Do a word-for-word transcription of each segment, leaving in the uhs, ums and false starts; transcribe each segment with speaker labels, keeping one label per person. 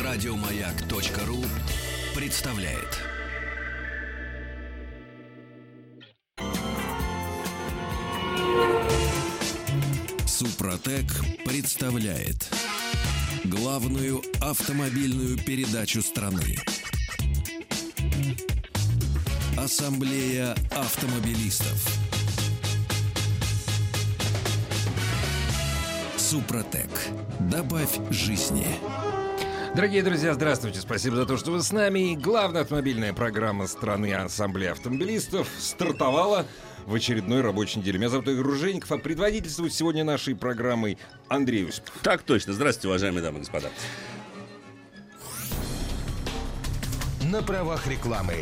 Speaker 1: Радиомаяк.ру представляет. Супротек представляет главную автомобильную передачу страны. Ассамблея автомобилистов. Супротек. Добавь жизни.
Speaker 2: Дорогие друзья, здравствуйте. Спасибо за то, что вы с нами. Главная автомобильная программа страны Ассамблея автомобилистов стартовала в очередной рабочей неделе. Меня зовут Игорь Ружейников, а предводительствует сегодня нашей программой Андрей Осипов.
Speaker 3: Так точно. Здравствуйте, уважаемые дамы и господа.
Speaker 4: На правах рекламы.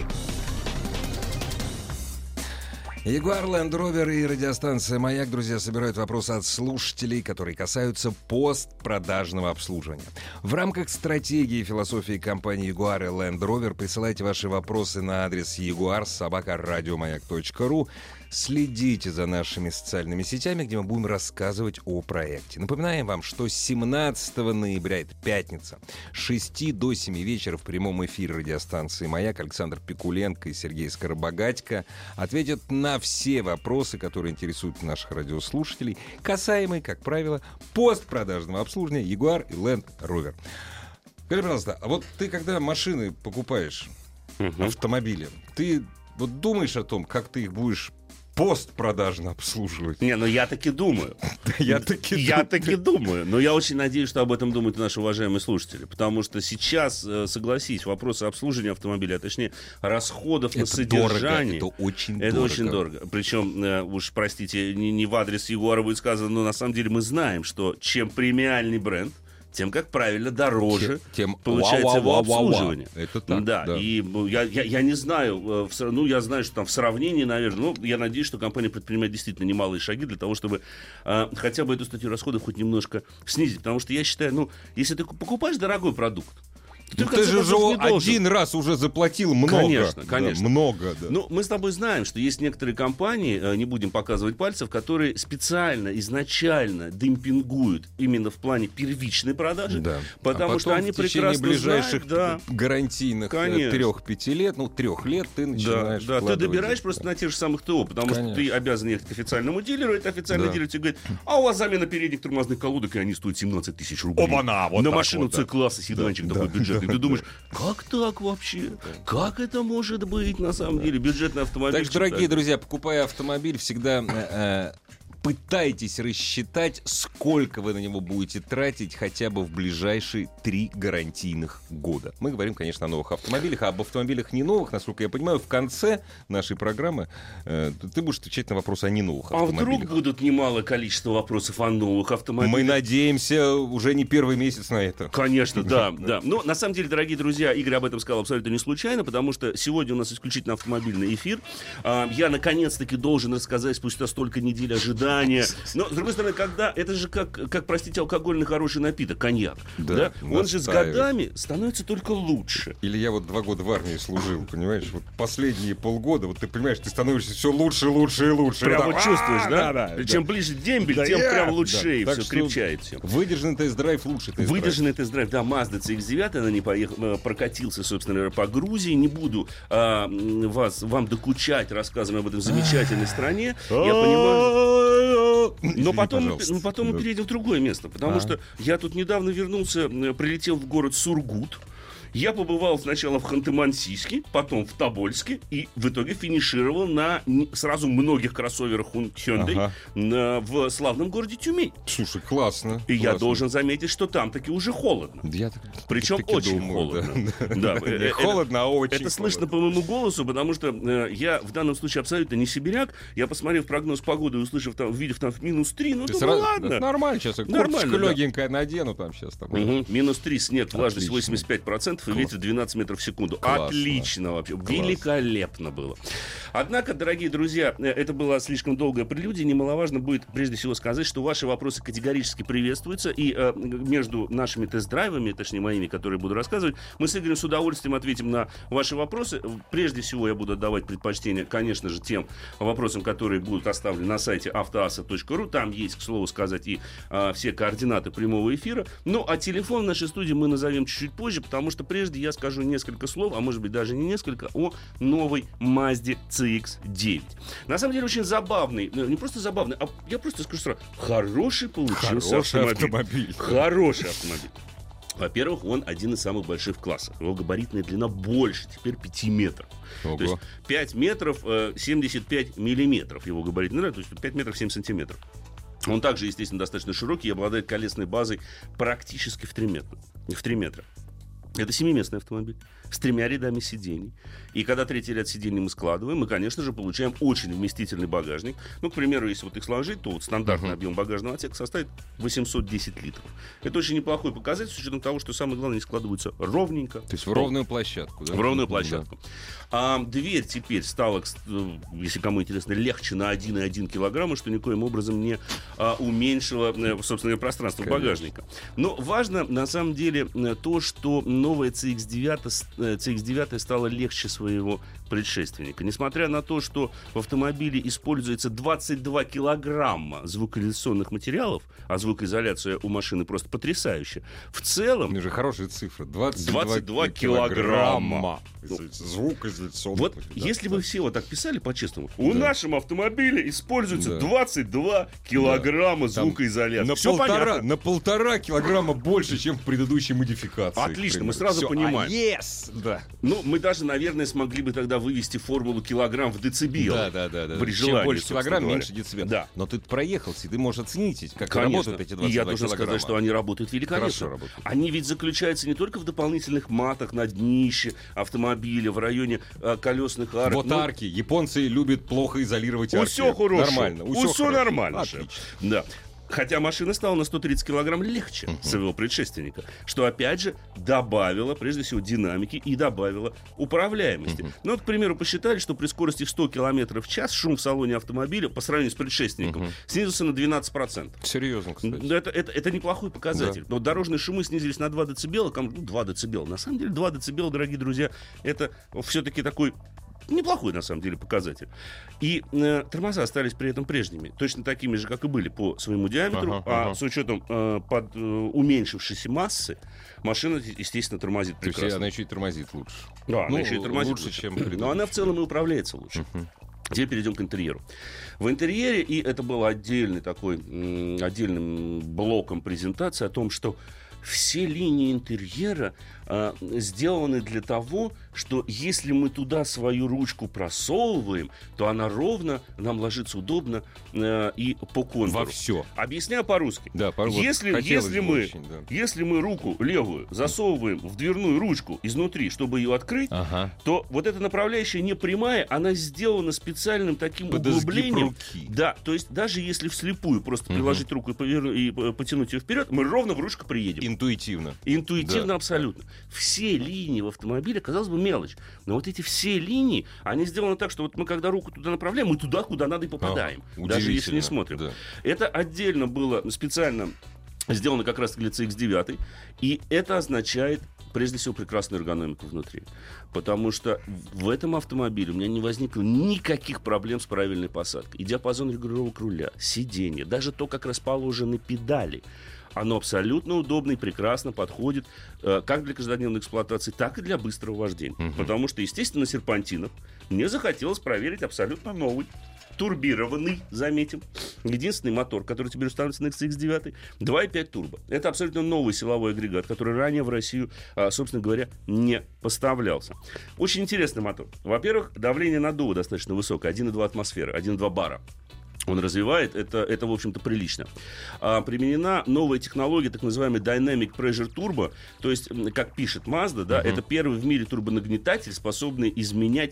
Speaker 2: Jaguar Land Rover и радиостанция «Маяк», друзья, собирают вопросы от слушателей, которые касаются постпродажного обслуживания. В рамках стратегии и философии компании Jaguar и Land Rover присылайте ваши вопросы на адрес jaguar собака радиомаяк точка ру. Следите за нашими социальными сетями, где мы будем рассказывать о проекте. Напоминаем вам, что семнадцатого ноября, это пятница, с шести до семи вечера в прямом эфире радиостанции «Маяк» Александр Пикуленко и Сергей Скоробогатько ответят на все вопросы, которые интересуют наших радиослушателей, касаемые, как правило, постпродажного обслуживания Jaguar и Land Rover. Скажи, пожалуйста, а вот ты, когда машины покупаешь, uh-huh. автомобили, ты вот думаешь о том, как ты их будешь постпродажно обслуживать?
Speaker 3: Не, ну я таки думаю.
Speaker 2: Я таки
Speaker 3: Я таки думаю. Но я очень надеюсь, что об этом думают и наши уважаемые слушатели. Потому что сейчас, согласись, вопросы обслуживания автомобиля, а точнее расходов на содержание.
Speaker 2: Это очень
Speaker 3: это
Speaker 2: дорого.
Speaker 3: очень дорого. Причем, уж простите, не в адрес Ягуара будет сказано, но на самом деле мы знаем, что чем премиальный бренд, тем, как правильно, дороже
Speaker 2: тем,
Speaker 3: получается его обслуживание.
Speaker 2: Это так,
Speaker 3: да,
Speaker 2: да.
Speaker 3: И я, я, я не знаю, в, ну, я знаю, что там в сравнении, наверное, ну, я надеюсь, что компания предпринимает действительно немалые шаги для того, чтобы а, хотя бы эту статью расходов хоть немножко снизить. Потому что я считаю, ну, если ты покупаешь дорогой продукт,
Speaker 2: Ты, ты же уже один раз уже заплатил много.
Speaker 3: Конечно, конечно.
Speaker 2: Да, много, да.
Speaker 3: Ну, мы с тобой знаем, что есть некоторые компании, не будем показывать пальцев, которые специально, изначально демпингуют именно в плане первичной продажи,
Speaker 2: да.
Speaker 3: потому
Speaker 2: а
Speaker 3: что они
Speaker 2: в течение
Speaker 3: прекрасно
Speaker 2: ближайших
Speaker 3: знают, да,
Speaker 2: гарантийных трех-пяти лет, ну, трех лет ты начинаешь
Speaker 3: Да, да. Ты добираешь
Speaker 2: да.
Speaker 3: просто на тех же самых ТО, потому конечно. Что ты обязан ехать к официальному дилеру, это официальный да. дилер тебе говорит, а у вас замена передних тормозных колодок, и они стоят семнадцать тысяч рублей.
Speaker 2: Оба-на, вот
Speaker 3: на машину
Speaker 2: вот,
Speaker 3: С-класса, седанчик да. такой да. бюджетный. Ты думаешь, как так вообще? Как это может быть, на самом деле, бюджетный автомобиль?
Speaker 2: Так что, дорогие друзья, покупая автомобиль, всегда э, пытайтесь рассчитать, сколько вы на него будете тратить хотя бы в ближайшие три гарантийных года. Мы говорим, конечно, о новых автомобилях, а об автомобилях не новых, насколько я понимаю, в конце нашей программы э, ты будешь отвечать на вопросы о не новых
Speaker 3: а
Speaker 2: автомобилях.
Speaker 3: А вдруг будут немалое количество вопросов о новых автомобилях?
Speaker 2: Мы надеемся уже не первый месяц на это.
Speaker 3: Конечно, да, да. Но на самом деле, дорогие друзья, Игорь об этом сказал абсолютно не случайно, потому что сегодня у нас исключительно автомобильный эфир. Я наконец-таки должен рассказать спустя столько недель ожидания. Но, с другой стороны, когда... Это же как, как простите, алкогольный хороший напиток, коньяк. Да, да? Он же с годами становится только лучше.
Speaker 2: Или я вот два года в армии служил, понимаешь? Вот последние полгода, вот ты понимаешь, ты становишься все лучше, лучше и лучше.
Speaker 3: Прям вот чувствуешь, да? Чем ближе дембель, тем прям лучше, и все крепчает все.
Speaker 2: Выдержанный тест-драйв лучше тест-драйв.
Speaker 3: Выдержанный тест-драйв, да, Mazda си икс девять, она не поехала, прокатился, собственно, по Грузии. Не буду а, вас, вам докучать рассказами об этом замечательной стране. Я понимаю... Но потом, ну, потом мы перейдем в другое место, потому а. что я тут недавно вернулся, прилетел в город Сургут. Я побывал сначала в Ханты-Мансийске, потом в Тобольске и в итоге финишировал на сразу многих кроссоверах Hyundai ага. на, в славном городе Тюмень.
Speaker 2: Слушай, классно.
Speaker 3: И
Speaker 2: классно.
Speaker 3: я должен заметить, что там таки уже холодно.
Speaker 2: Я
Speaker 3: Причем
Speaker 2: таки
Speaker 3: очень
Speaker 2: думаю,
Speaker 3: холодно.
Speaker 2: Да. Да. Не холодно, а очень
Speaker 3: Это
Speaker 2: холодно.
Speaker 3: Слышно по моему голосу, потому что э, я в данном случае абсолютно не сибиряк. Я, посмотрев прогноз погоды, услышав там, увидев там минус три, ну думаю, сразу... ладно.
Speaker 2: Это нормально сейчас. Курточку да. легенькая надену там сейчас. Там,
Speaker 3: угу. Минус три, снег, влажность восемьдесят пять процентов. и ветер двенадцать метров в секунду.
Speaker 2: Классно.
Speaker 3: Отлично вообще.
Speaker 2: Класс.
Speaker 3: Великолепно было. Однако, дорогие друзья, это была слишком долгая прелюдия. Немаловажно будет прежде всего сказать, что ваши вопросы категорически приветствуются. И э, между нашими тест-драйвами, точнее моими, которые буду рассказывать, мы с Игорем с удовольствием ответим на ваши вопросы. Прежде всего я буду отдавать предпочтение, конечно же, тем вопросам, которые будут оставлены на сайте автоаса точка ру. Там есть, к слову сказать, и э, все координаты прямого эфира. Ну, а телефон в нашей студии мы назовем чуть-чуть позже, потому что прежде я скажу несколько слов, а может быть даже не несколько, о новой Mazda си икс девять. На самом деле очень забавный, не просто забавный, а я просто скажу сразу, хороший получился
Speaker 2: Хороший
Speaker 3: автомобиль.
Speaker 2: автомобиль.
Speaker 3: Хороший автомобиль. Во-первых, он один из самых больших в классах. Его габаритная длина больше, теперь пяти метров.
Speaker 2: Ого.
Speaker 3: То есть пять метров э, семьдесят пять миллиметров его габаритная длина, то есть пять метров семь сантиметров. Он также, естественно, достаточно широкий и обладает колесной базой практически в три метра. В три метра. Это семиместный автомобиль с тремя рядами сидений. И когда третий ряд сидений мы складываем, мы, конечно же, получаем очень вместительный багажник. Ну, к примеру, если вот их сложить, то вот стандартный uh-huh. объем багажного отсека составит восемьсот десять литров. Это очень неплохой показатель, с учетом того, что самое главное, они складываются ровненько.
Speaker 2: То есть в ровную площадку, да?
Speaker 3: В ровную площадку. Да. А дверь теперь стала, если кому интересно, легче на один целых один килограмма, что никоим образом не а, уменьшило, собственно, пространство Конечно. багажника. Но важно, на самом деле, то, что новая си икс девять стала легче своего предшественника. Несмотря на то, что в автомобиле используется двадцать два килограмма звукоизоляционных материалов, а звукоизоляция у машины просто потрясающая, в целом...
Speaker 2: Это же хорошая цифра. двадцать
Speaker 3: два килограмма.
Speaker 2: Звукоизоляционных.
Speaker 3: Вот да, если да. бы все вот так писали по-честному, у да. нашего автомобиля используется да. двадцать два килограмма да. звукоизоляции.
Speaker 2: На полтора, на полтора килограмма больше, чем в предыдущей модификации.
Speaker 3: Отлично, мы сразу
Speaker 2: Всё,
Speaker 3: понимаем.
Speaker 2: А, yes! Да.
Speaker 3: Ну, мы даже, наверное, смогли бы тогда вывести формулу килограмм в децибел.
Speaker 2: Да, да, да. да.
Speaker 3: При желании,
Speaker 2: чем больше килограмм,
Speaker 3: говоря.
Speaker 2: меньше децибел.
Speaker 3: Да.
Speaker 2: Но ты проехался, и ты можешь оценить, как
Speaker 3: Конечно.
Speaker 2: работают эти двадцать два
Speaker 3: И я должен
Speaker 2: килограмма.
Speaker 3: сказать, что они работают великолепно.
Speaker 2: Хорошо работают.
Speaker 3: Они ведь заключаются не только в дополнительных матах на днище автомобиля, в районе а, колесных арок.
Speaker 2: Вот
Speaker 3: но...
Speaker 2: арки. Японцы любят плохо изолировать арки.
Speaker 3: Все хорошо.
Speaker 2: Нормально.
Speaker 3: Все нормально.
Speaker 2: Отлично.
Speaker 3: Да. Хотя машина стала на сто тридцать килограмм легче uh-huh. своего предшественника, что, опять же, добавило, прежде всего, динамики и добавило управляемости. Uh-huh. Ну, вот, к примеру, посчитали, что при скорости в сто километров в час шум в салоне автомобиля по сравнению с предшественником uh-huh. снизился на двенадцать процентов.
Speaker 2: Серьезно, кстати.
Speaker 3: Это, это, это неплохой показатель. Да. Но дорожные шумы снизились на два децибела. Ну, два децибела. На самом деле, два децибела, дорогие друзья, это все-таки такой... неплохой, на самом деле, показатель. И э, тормоза остались при этом прежними. Точно такими же, как и были по своему диаметру.
Speaker 2: Ага,
Speaker 3: а
Speaker 2: ага.
Speaker 3: с учетом э, под, э, уменьшившейся массы, машина, естественно, тормозит прекрасно.
Speaker 2: То есть она еще и тормозит лучше.
Speaker 3: Да,
Speaker 2: ну,
Speaker 3: она еще и тормозит
Speaker 2: лучше,
Speaker 3: лучше.
Speaker 2: чем
Speaker 3: Но она в целом и управляется лучше. Uh-huh. Теперь перейдем к интерьеру. В интерьере, и это был отдельный такой, м, отдельным блоком презентации о том, что все линии интерьера а, сделаны для того, что если мы туда свою ручку просовываем, то она ровно, нам ложится удобно а, и по контуру.
Speaker 2: Во все.
Speaker 3: Объясняю по-русски.
Speaker 2: Да, по-
Speaker 3: если,
Speaker 2: вот
Speaker 3: если, мы,
Speaker 2: очень, да.
Speaker 3: если мы руку левую засовываем в дверную ручку изнутри, чтобы ее открыть,
Speaker 2: Ага.
Speaker 3: то вот эта направляющая не прямая, она сделана специальным таким
Speaker 2: Под изгиб
Speaker 3: углублением.
Speaker 2: руки.
Speaker 3: Да, то есть даже если вслепую просто
Speaker 2: Мгм.
Speaker 3: приложить руку и, повер... и э, потянуть ее вперед, мы ровно в ручку приедем.
Speaker 2: Интуитивно.
Speaker 3: Интуитивно
Speaker 2: Да.
Speaker 3: абсолютно. Все линии в автомобиле, казалось бы, мелочь. Но вот эти все линии, они сделаны так, что вот мы когда руку туда направляем, мы туда, куда надо и попадаем.
Speaker 2: А,
Speaker 3: даже если не
Speaker 2: удивительно,
Speaker 3: смотрим.
Speaker 2: да.
Speaker 3: Это отдельно было специально сделано как раз для си икс девять. И это означает, прежде всего, прекрасную эргономику внутри. Потому что в этом автомобиле у меня не возникло никаких проблем с правильной посадкой. И диапазон регулировок руля, сиденье, даже то, как расположены педали. Оно абсолютно удобно и прекрасно подходит э, как для каждодневной эксплуатации, так и для быстрого вождения. Uh-huh. Потому что, естественно, на серпантинах мне захотелось проверить абсолютно новый, турбированный, заметим, единственный мотор, который теперь установится на си икс девять, два и пять турбо. Это абсолютно новый силовой агрегат, который ранее в Россию, а, собственно говоря, не поставлялся. Очень интересный мотор. Во-первых, давление наддува достаточно высокое, один и два атмосферы, один и два бара. Он развивает, это, это в общем-то, прилично. А, применена новая технология, так называемый Dynamic Pressure Turbo, то есть, как пишет Mazda, да, uh-huh. это первый в мире турбонагнетатель, способный изменять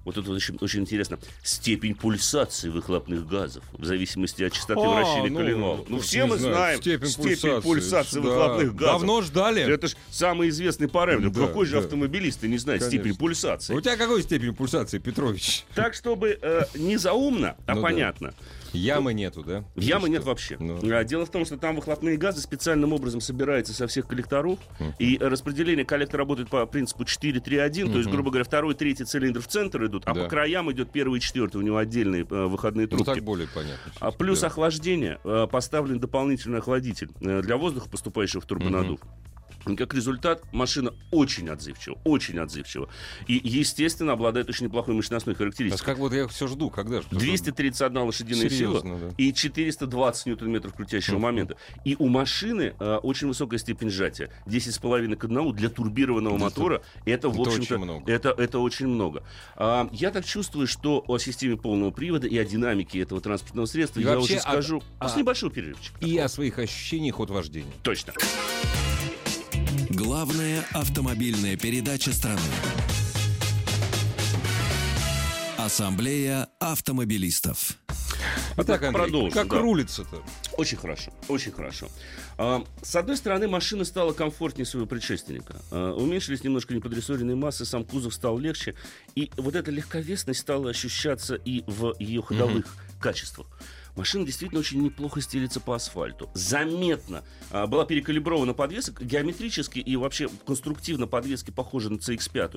Speaker 3: вот это очень, очень интересно, степень пульсации выхлопных газов в зависимости от частоты
Speaker 2: А,
Speaker 3: вращения
Speaker 2: ну,
Speaker 3: коленвалов. Ну,
Speaker 2: тут
Speaker 3: все
Speaker 2: не
Speaker 3: мы
Speaker 2: знаю,
Speaker 3: знаем
Speaker 2: степень
Speaker 3: степень
Speaker 2: пульсации,
Speaker 3: пульсации
Speaker 2: да.
Speaker 3: выхлопных газов.
Speaker 2: Давно ждали.
Speaker 3: Это же самый известный параметр.
Speaker 2: Да,
Speaker 3: Какой же
Speaker 2: да.
Speaker 3: автомобилист не знает
Speaker 2: Конечно.
Speaker 3: степень пульсации?
Speaker 2: У тебя какой степень пульсации, Петрович?
Speaker 3: Так, чтобы э, не заумно, а
Speaker 2: Ну да.
Speaker 3: понятно.
Speaker 2: Ямы нету, да?
Speaker 3: Ямы
Speaker 2: Или
Speaker 3: нет
Speaker 2: что?
Speaker 3: вообще.
Speaker 2: Ну.
Speaker 3: А, Дело в том, что там выхлопные газы специальным образом собираются со всех коллекторов, и распределение коллектора работает по принципу четыре три один, то есть, грубо говоря, второй, третий цилиндр в центр идут, а
Speaker 2: Да.
Speaker 3: по краям идет первый и четвертый, у него отдельные э, выходные
Speaker 2: Ну,
Speaker 3: трубки.
Speaker 2: так более понятно.
Speaker 3: А плюс
Speaker 2: Да.
Speaker 3: охлаждение, э, поставлен дополнительный охладитель э, для воздуха, поступающего в турбонаддув. И как результат, машина очень отзывчива, очень отзывчива. И, естественно, обладает очень неплохой мощностной
Speaker 2: А
Speaker 3: характеристикой.
Speaker 2: как вот я все жду, когда же?
Speaker 3: двести тридцать одна лошадиная
Speaker 2: Серьезно,
Speaker 3: сила
Speaker 2: да.
Speaker 3: и четыреста двадцать ньютон-метров крутящего момента. И у машины э, очень высокая степень сжатия. десять с половиной к одному для турбированного
Speaker 2: Это-
Speaker 3: мотора. Это, в
Speaker 2: это
Speaker 3: общем-то,
Speaker 2: очень много.
Speaker 3: Это, это очень много. А, я так чувствую, что о системе полного привода и о динамике этого транспортного средства
Speaker 2: И
Speaker 3: я
Speaker 2: вообще
Speaker 3: уже скажу
Speaker 2: о-
Speaker 3: после
Speaker 2: а-
Speaker 3: небольшого перерывчика.
Speaker 2: И о своих ощущениях от вождения.
Speaker 3: Точно.
Speaker 1: Главная автомобильная передача страны. Ассамблея автомобилистов.
Speaker 2: Итак, Андрей,
Speaker 3: продолжим,
Speaker 2: как
Speaker 3: да.
Speaker 2: рулится-то?
Speaker 3: Очень хорошо, очень хорошо. А, С одной стороны, машина стала комфортнее своего предшественника. А, Уменьшились немножко неподрессоренные массы, сам кузов стал легче. И вот эта легковесность стала ощущаться и в ее ходовых качествах. Машина действительно очень неплохо стелится по асфальту. Заметно а, была перекалибрована подвеска. Геометрически и вообще конструктивно подвески похожи на си икс пять.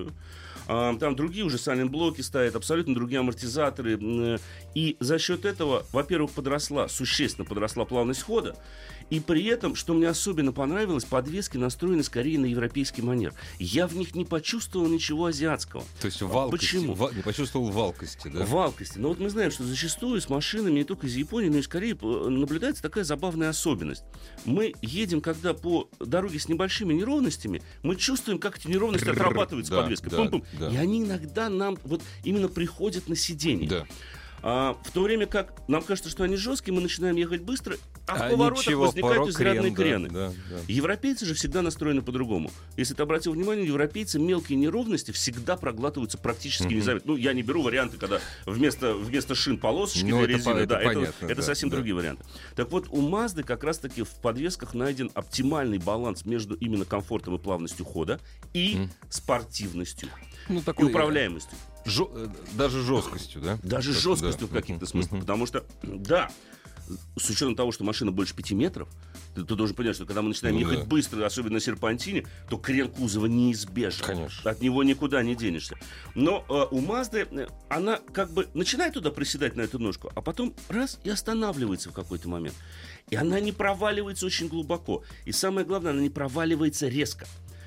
Speaker 3: А, там другие уже сайлент-блоки стоят, абсолютно другие амортизаторы. М, И за счет этого, во-первых, подросла, существенно подросла плавность хода. И при этом, что мне особенно понравилось, подвески настроены скорее на европейский манер. Я в них не почувствовал ничего азиатского.
Speaker 2: То есть валкости.
Speaker 3: Почему?
Speaker 2: Ва- Не почувствовал валкости, да?
Speaker 3: Валкости. Но вот мы знаем, что зачастую с машинами не только из Японии, но и из Кореи э, наблюдается такая забавная особенность. Мы едем, когда по дороге с небольшими неровностями, мы чувствуем, как эти неровности
Speaker 2: Рррр,
Speaker 3: отрабатываются
Speaker 2: да,
Speaker 3: подвеской.
Speaker 2: да,
Speaker 3: Пум-пум.
Speaker 2: да.
Speaker 3: И они иногда нам вот именно приходят на сиденье.
Speaker 2: Да.
Speaker 3: А, в то время как нам кажется, что они жесткие, мы начинаем ехать быстро, а, в
Speaker 2: А
Speaker 3: поворотах
Speaker 2: ничего,
Speaker 3: возникают
Speaker 2: порог,
Speaker 3: изрядные
Speaker 2: крен,
Speaker 3: крены.
Speaker 2: да, да, да.
Speaker 3: Европейцы же всегда настроены по-другому. Если ты обратил внимание, европейцы мелкие неровности всегда проглатываются практически незаметно. Ну, я не беру варианты, когда вместо, вместо шин полосочки
Speaker 2: Ну,
Speaker 3: для
Speaker 2: это по-
Speaker 3: резины.
Speaker 2: это
Speaker 3: Да, это,
Speaker 2: понятно,
Speaker 3: это
Speaker 2: да,
Speaker 3: совсем
Speaker 2: да.
Speaker 3: другие варианты. Так вот, у Мазды как раз-таки в подвесках найден оптимальный баланс между именно комфортом и плавностью хода и спортивностью.
Speaker 2: Ну,
Speaker 3: И
Speaker 2: такой,
Speaker 3: управляемостью.
Speaker 2: жё- э, даже жесткостью, да?
Speaker 3: Даже
Speaker 2: Так,
Speaker 3: жесткостью
Speaker 2: да.
Speaker 3: в каких-то
Speaker 2: Мгм,
Speaker 3: смыслах.
Speaker 2: мгм.
Speaker 3: Потому что, да, с учетом того, что машина больше пяти метров, ты, ты должен понять, что когда мы начинаем
Speaker 2: Ну
Speaker 3: ехать
Speaker 2: да.
Speaker 3: быстро, особенно на серпантине, то крен кузова неизбежен.
Speaker 2: Конечно.
Speaker 3: От него никуда не денешься. Но э, у Мазды э, она как бы начинает туда приседать на эту ножку, а потом раз и останавливается в какой-то момент. И она не проваливается очень глубоко. И самое главное, она не проваливается резко.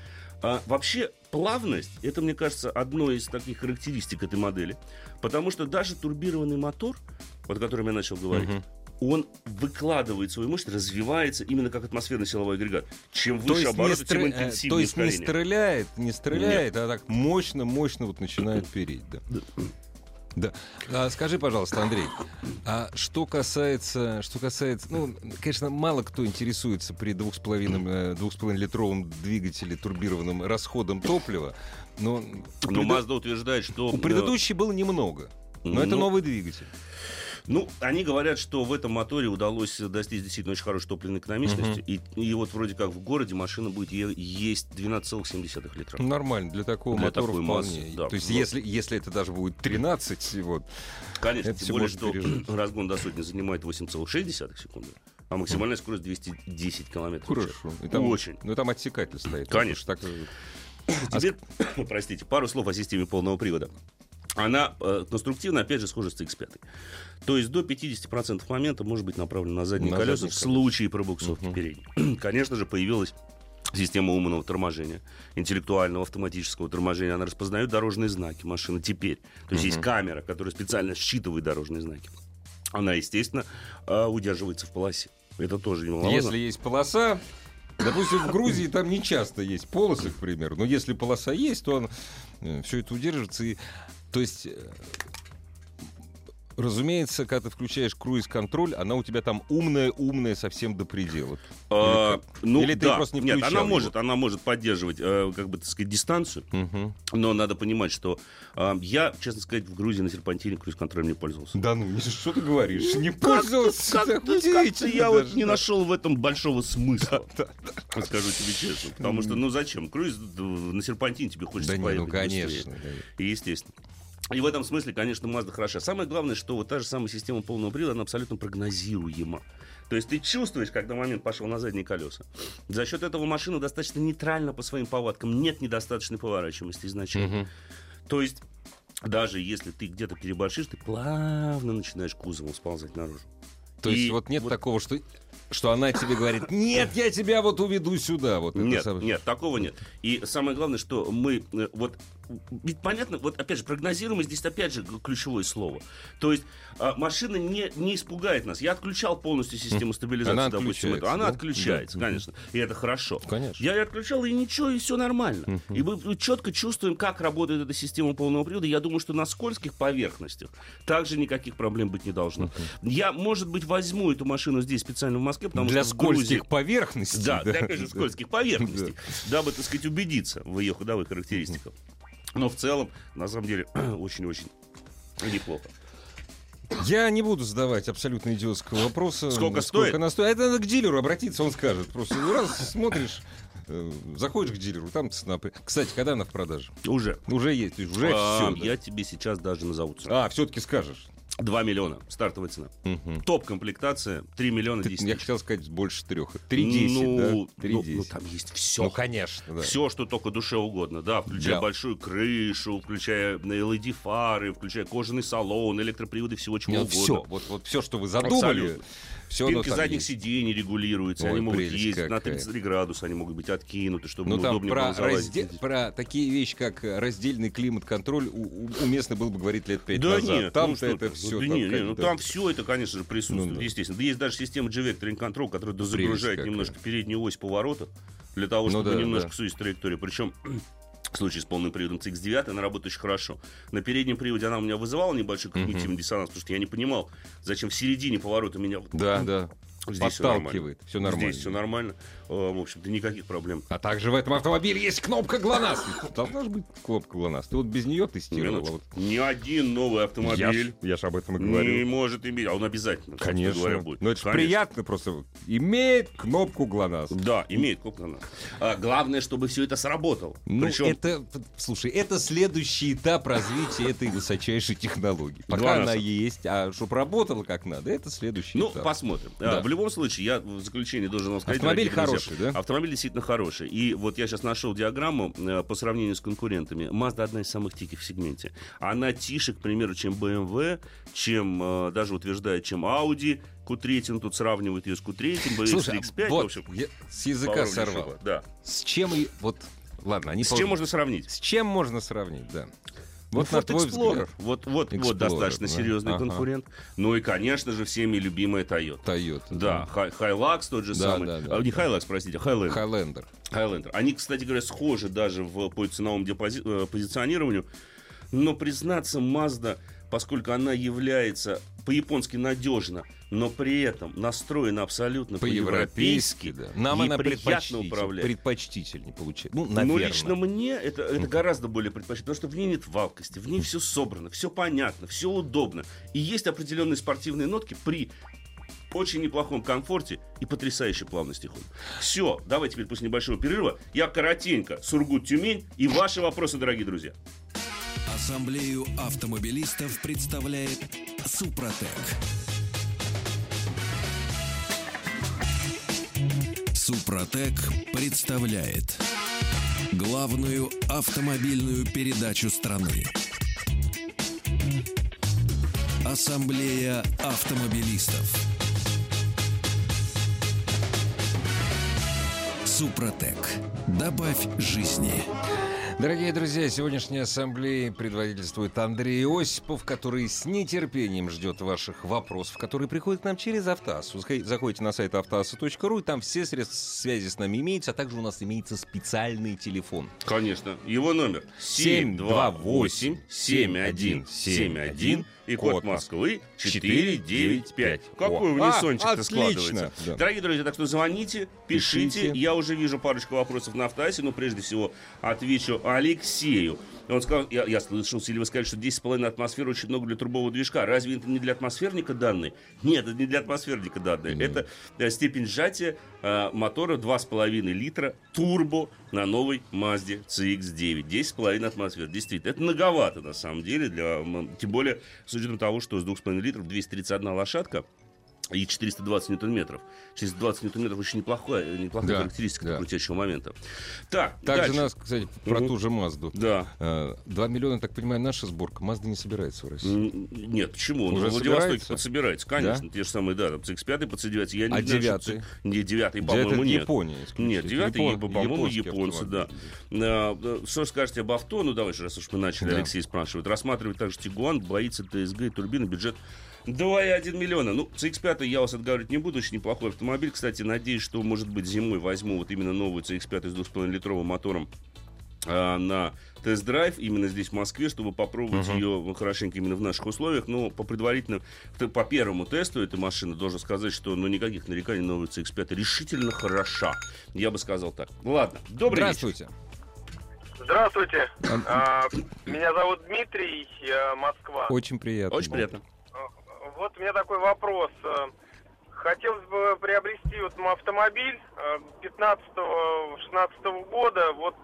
Speaker 3: А, вообще, плавность, это, мне кажется, одной из таких характеристик этой модели, потому что даже турбированный мотор, вот о котором я начал говорить,
Speaker 2: Мгм.
Speaker 3: он выкладывает свою мощность, развивается именно как атмосферный силовой агрегат. Чем
Speaker 2: То
Speaker 3: выше
Speaker 2: есть, не,
Speaker 3: обороты, тем
Speaker 2: стр- э,
Speaker 3: интенсивнее
Speaker 2: то есть не
Speaker 3: ускорение.
Speaker 2: стреляет, не стреляет, а так мощно, мощно вот начинает переть, да. Да. А, скажи, пожалуйста, Андрей, а что касается, что касается, ну, конечно, мало кто интересуется при двух с половиной, двух с половиной литровом двигателе турбированным расходом топлива, но у,
Speaker 3: Но
Speaker 2: преду-
Speaker 3: Mazda утверждает, что...
Speaker 2: у
Speaker 3: э,
Speaker 2: предыдущей было немного. Но это
Speaker 3: ну,
Speaker 2: новый двигатель.
Speaker 3: Ну, они говорят, что в этом моторе удалось достичь действительно очень хорошей топливной экономичности. И, и вот вроде как в городе машина будет е- есть двенадцать целых семь десятых литра.
Speaker 2: Нормально, для такого
Speaker 3: Для
Speaker 2: мотора
Speaker 3: такой
Speaker 2: вполне.
Speaker 3: массы, да.
Speaker 2: То есть
Speaker 3: Вот.
Speaker 2: если, если это даже будет тринадцать, вот,
Speaker 3: Конечно,
Speaker 2: это
Speaker 3: тем
Speaker 2: всё
Speaker 3: более,
Speaker 2: можно
Speaker 3: что
Speaker 2: пережить.
Speaker 3: разгон до сотни занимает восемь целых шесть десятых секунды, а максимальная скорость двести десять километров в час.
Speaker 2: хорошо. И там,
Speaker 3: Очень.
Speaker 2: Ну там отсекатель стоит.
Speaker 3: Конечно.
Speaker 2: Так, э,
Speaker 3: Теперь, простите, пару слов о системе полного привода. Она э, конструктивно, опять же, схожа с си икс пять. То есть до пятьдесят процентов момента может быть направлена на задние
Speaker 2: На
Speaker 3: колеса
Speaker 2: задние
Speaker 3: в
Speaker 2: колеса.
Speaker 3: случае пробуксовки передней. Конечно же, появилась система умного торможения, интеллектуального автоматического торможения. Она распознает дорожные знаки машины теперь. То есть есть камера, которая специально считывает дорожные знаки. Она, естественно, э, удерживается в полосе. Это тоже немаловажно.
Speaker 2: если есть полоса, допустим, в Грузии там не часто есть полосы, к примеру, но если полоса есть, то все это удерживается. И, то есть э, разумеется, когда ты включаешь круиз-контроль, она у тебя там умная-умная совсем до предела.
Speaker 3: А,
Speaker 2: Или,
Speaker 3: ну,
Speaker 2: Или ты
Speaker 3: да.
Speaker 2: просто не
Speaker 3: Нет,
Speaker 2: включал
Speaker 3: она
Speaker 2: его?
Speaker 3: может, она может поддерживать, э, как бы, так сказать, дистанцию,
Speaker 2: Мгм.
Speaker 3: но надо понимать, что э, я, честно сказать, в Грузии на серпантине круиз-контролем не пользовался.
Speaker 2: Да ну, что ты говоришь? Не пользовался?
Speaker 3: Как-то,
Speaker 2: Так
Speaker 3: как-то
Speaker 2: удивительно
Speaker 3: я вот
Speaker 2: даже,
Speaker 3: не
Speaker 2: да.
Speaker 3: нашел в этом большого смысла. Скажу тебе честно. Потому что, ну зачем? Круиз э, на серпантине тебе хочется
Speaker 2: Да не,
Speaker 3: поехать
Speaker 2: ну конечно.
Speaker 3: быстрее. И естественно. И в этом смысле, конечно, Mazda хороша. Самое главное, что вот та же самая система полного привода, она абсолютно прогнозируема. То есть ты чувствуешь, когда момент пошел на задние колеса. За счет этого машина достаточно нейтральна по своим повадкам. Нет недостаточной поворачиваемости изначально.
Speaker 2: Мгм.
Speaker 3: То есть даже если ты где-то переборщишь, ты плавно начинаешь кузовом сползать наружу.
Speaker 2: То есть
Speaker 3: И
Speaker 2: вот нет
Speaker 3: вот-
Speaker 2: такого, что, что она тебе говорит, нет, я тебя вот уведу сюда. Вот это
Speaker 3: Нет,
Speaker 2: самое.
Speaker 3: нет, такого нет. И самое главное, что мы э, вот ведь понятно, вот опять же, прогнозируемость здесь опять же ключевое слово. То есть а, машина не, не испугает нас. Я отключал полностью систему стабилизации,
Speaker 2: Она
Speaker 3: допустим, эту.
Speaker 2: отключается,
Speaker 3: Она
Speaker 2: да?
Speaker 3: отключается,
Speaker 2: Да.
Speaker 3: конечно. И это хорошо.
Speaker 2: Конечно.
Speaker 3: Я ее отключал, и ничего, и все нормально. И мы четко чувствуем, как работает эта система полного привода. Я думаю, что на скользких поверхностях также никаких проблем быть не должно. Я, может быть, возьму эту машину здесь специально в Москве, потому
Speaker 2: Для
Speaker 3: что в Грузии-
Speaker 2: скользких поверхностей.
Speaker 3: да, для, опять же, скользких поверхностей, дабы, так сказать, убедиться в ее ходовых характеристиках. Но в целом, на самом деле, очень-очень неплохо.
Speaker 2: Я не буду задавать абсолютно идиотского вопроса.
Speaker 3: Сколько стоит?
Speaker 2: Она стоит? Это надо к дилеру обратиться, он скажет. Просто ну, раз смотришь, э, заходишь к дилеру, там цена. при- Кстати, когда она в продаже?
Speaker 3: Уже.
Speaker 2: Уже есть, то есть уже
Speaker 3: А,
Speaker 2: все.
Speaker 3: я тебе сейчас даже назову цену.
Speaker 2: А, все-таки скажешь.
Speaker 3: два миллиона стартовая цена.
Speaker 2: Мгм.
Speaker 3: Топ-комплектация три миллиона
Speaker 2: Ты-
Speaker 3: десять
Speaker 2: я
Speaker 3: тысяч.
Speaker 2: хотел сказать больше трех. Три десять,
Speaker 3: ну,
Speaker 2: да?
Speaker 3: ну,
Speaker 2: Три
Speaker 3: ну,
Speaker 2: десять.
Speaker 3: там есть все.
Speaker 2: Ну, конечно, да.
Speaker 3: Все, что только душе угодно, да, включая
Speaker 2: Да.
Speaker 3: большую крышу, включая эл и ди-фары, включая кожаный салон, электроприводы, всего чего угодно.
Speaker 2: Все, вот, вот все, что вы задумали,
Speaker 3: Абсолютно.
Speaker 2: все
Speaker 3: Спинки задних сидений регулируются,
Speaker 2: Ой,
Speaker 3: они могут
Speaker 2: прелесть
Speaker 3: ездить на
Speaker 2: какая.
Speaker 3: тридцать три градуса, они могут быть откинуты, чтобы
Speaker 2: Ну,
Speaker 3: ну,
Speaker 2: там
Speaker 3: удобнее
Speaker 2: про,
Speaker 3: было залазить.
Speaker 2: разде- про такие вещи, как раздельный климат-контроль, у- у- уместно было бы говорить лет пять
Speaker 3: Да
Speaker 2: назад.
Speaker 3: нет,
Speaker 2: Там-то
Speaker 3: ну что
Speaker 2: это
Speaker 3: ты,
Speaker 2: все.
Speaker 3: да не, не, ну там все это, конечно же, присутствует,
Speaker 2: Ну да.
Speaker 3: естественно. Да есть даже система G-Vectoring Control, которая дозагружает
Speaker 2: какая.
Speaker 3: немножко переднюю ось поворота для того,
Speaker 2: Ну
Speaker 3: чтобы
Speaker 2: да,
Speaker 3: немножко
Speaker 2: да.
Speaker 3: сузить траекторию. Причем в случае с полным приводом си икс девять она работает очень хорошо. На переднем приводе она у меня вызывала небольшой когнитивный диссонанс, потому что я не понимал, зачем в середине поворота меня вот
Speaker 2: Да, да.
Speaker 3: здесь всё
Speaker 2: Подталкивает. Все нормально.
Speaker 3: Здесь все нормально. Э, В общем-то, никаких проблем.
Speaker 2: А также в этом автомобиле есть кнопка ГЛОНАСС. Должна же быть кнопка ГЛОНАСС. Ты вот без нее тестировал. а
Speaker 3: Минуточку.
Speaker 2: вот
Speaker 3: Ни один новый
Speaker 2: Я
Speaker 3: автомобиль
Speaker 2: ж, я ж об этом и
Speaker 3: не
Speaker 2: говорю.
Speaker 3: может иметь, а он обязательно, собственно
Speaker 2: Конечно.
Speaker 3: говоря, будет.
Speaker 2: Но это же
Speaker 3: Конечно.
Speaker 2: приятно просто. Имеет кнопку ГЛОНАСС.
Speaker 3: Да, имеет кнопку она. А, главное, чтобы все это сработало.
Speaker 2: Ну,
Speaker 3: Причем
Speaker 2: это, слушай, это следующий этап развития этой высочайшей технологии. Пока
Speaker 3: ГЛОНАССа.
Speaker 2: она есть, а чтобы работала как надо, это следующий
Speaker 3: ну,
Speaker 2: этап.
Speaker 3: посмотрим.
Speaker 2: Да.
Speaker 3: А, в любом случае, я в заключение должен вам сказать...
Speaker 2: Автомобиль
Speaker 3: дорогие друзья,
Speaker 2: хороший, да?
Speaker 3: Автомобиль действительно хороший. И вот я сейчас нашел диаграмму э, по сравнению с конкурентами. Mazda одна из самых тихих в сегменте. Она тише, к примеру, чем бэ эм вэ, чем, э, даже утверждает, чем Audi. кью три, ну, тут сравнивают ее с кью три, бэ эс
Speaker 2: Слушай,
Speaker 3: икс пять,
Speaker 2: вот,
Speaker 3: в общем.
Speaker 2: я с языка
Speaker 3: по уровню
Speaker 2: сорвал.
Speaker 3: шока. Да.
Speaker 2: С чем и... Вот, ладно, они
Speaker 3: С
Speaker 2: пол-
Speaker 3: чем можно сравнить?
Speaker 2: С чем можно сравнить, да. Вот
Speaker 3: Ну,
Speaker 2: на
Speaker 3: Ford
Speaker 2: твой
Speaker 3: Explorer.
Speaker 2: взгляд.
Speaker 3: Вот, вот,
Speaker 2: Explorer,
Speaker 3: вот достаточно
Speaker 2: да.
Speaker 3: серьезный
Speaker 2: Ага.
Speaker 3: конкурент. Ну и, конечно же, всеми любимая Toyota.
Speaker 2: Toyota.
Speaker 3: Да, Hi- Hilux тот же
Speaker 2: Да,
Speaker 3: самый.
Speaker 2: да, да,
Speaker 3: А, не
Speaker 2: да.
Speaker 3: Hilux, простите, а Highlander.
Speaker 2: Highlander.
Speaker 3: Highlander. Они, кстати говоря, схожи даже в, по ценовому диапази- э, позиционированию. Но, признаться, Mazda, поскольку она является по-японски надежна, но при этом настроена абсолютно
Speaker 2: По-европейски,
Speaker 3: по-европейски,
Speaker 2: да. Нам
Speaker 3: ей
Speaker 2: она
Speaker 3: приятно
Speaker 2: предпочтительнее,
Speaker 3: управлять.
Speaker 2: предпочтительнее получается. Ну,
Speaker 3: Но
Speaker 2: наверное.
Speaker 3: лично мне это, это гораздо более предпочтительно, потому что в ней нет валкости, в ней все собрано, все понятно, все удобно. И есть определенные спортивные нотки при очень неплохом комфорте и потрясающей плавности хода. Все, давайте теперь после небольшого перерыва я коротенько Сургут-Тюмень и ваши вопросы, дорогие друзья.
Speaker 1: Ассамблею автомобилистов представляет Супротек. Супротек представляет главную автомобильную передачу страны. Ассамблея автомобилистов. Супротек. Добавь жизни.
Speaker 2: Дорогие друзья, сегодняшней ассамблеи предводительствует Андрей Осипов, который с нетерпением ждет ваших вопросов, которые приходят к нам через Автоассу. Заходите на сайт автоасса точка ру, и там все средства связи с нами имеются, а также у нас имеется специальный телефон.
Speaker 3: Конечно. Его номер семь два восемь семь один семь один и код Москвы четыре девять пять. Какой унисончик-то
Speaker 2: а,
Speaker 3: складывается.
Speaker 2: Да.
Speaker 3: Дорогие друзья, так что звоните, пишите.
Speaker 2: Пишите.
Speaker 3: Я уже вижу парочку вопросов на Автоассе, но прежде всего отвечу Алексею. Он сказал, я, я слышал, Сильвия, вы сказали, что десять с половиной атмосфер очень много для трубового движка. Разве это не для атмосферника данные? Нет, это не для атмосферника данные. Mm. Это э, степень сжатия э, мотора два с половиной литра турбо на новой Mazda си икс девять. десять с половиной атмосфер. Действительно, это многовато на самом деле. Для, тем более, с учетом того, что с двух с половиной литров двести тридцать одна лошадка и четыреста двадцать ньютон-метров. четыреста двадцать ньютон-метров очень неплохая, неплохая
Speaker 2: да,
Speaker 3: характеристика
Speaker 2: да.
Speaker 3: крутящего момента. Так,
Speaker 2: Также
Speaker 3: дальше.
Speaker 2: нас, кстати, про
Speaker 3: Угу.
Speaker 2: ту же Мазду.
Speaker 3: Да.
Speaker 2: Два миллиона, так понимаю, наша сборка. Мазда не собирается в России.
Speaker 3: Н- Нет, почему? Он
Speaker 2: Уже
Speaker 3: в Владивостоке
Speaker 2: собирается?
Speaker 3: подсобирается. Конечно,
Speaker 2: Да?
Speaker 3: те же самые, да, там си икс пять подсобирается. Я не
Speaker 2: А
Speaker 3: знаю,
Speaker 2: девятый?
Speaker 3: что- Не, девятый,
Speaker 2: Девятый
Speaker 3: по-моему,
Speaker 2: это
Speaker 3: нет.
Speaker 2: Япония исключительно.
Speaker 3: Нет, девятый,
Speaker 2: Япон-
Speaker 3: по-моему,
Speaker 2: японский
Speaker 3: японцы, да.
Speaker 2: автомобиль.
Speaker 3: А, Что скажете об авто? Ну, давай, раз уж мы начали,
Speaker 2: Да.
Speaker 3: Алексей спрашивает. Рассматривает также Тигуан, боится ТСГ и турбины, бюджет два и один миллиона. Ну, си икс пять я вас отговаривать не буду, очень неплохой автомобиль. Кстати, надеюсь, что, может быть, зимой возьму вот именно новую си икс пять с двух с половиной литровым мотором а, на тест-драйв именно здесь, в Москве, чтобы попробовать uh-huh. ее хорошенько именно в наших условиях. Но по предварительному, по первому тесту этой машины должен сказать, что ну, никаких нареканий новая си икс пять решительно хороша. Я бы сказал так. Ладно, добрый
Speaker 2: Здравствуйте.
Speaker 3: вечер.
Speaker 5: Здравствуйте. А, меня зовут Дмитрий, я Москва.
Speaker 2: Очень приятно.
Speaker 3: Очень приятно.
Speaker 5: Вот у меня такой вопрос. Хотелось бы приобрести вот автомобиль пятнадцатого-шестнадцатого года. Вот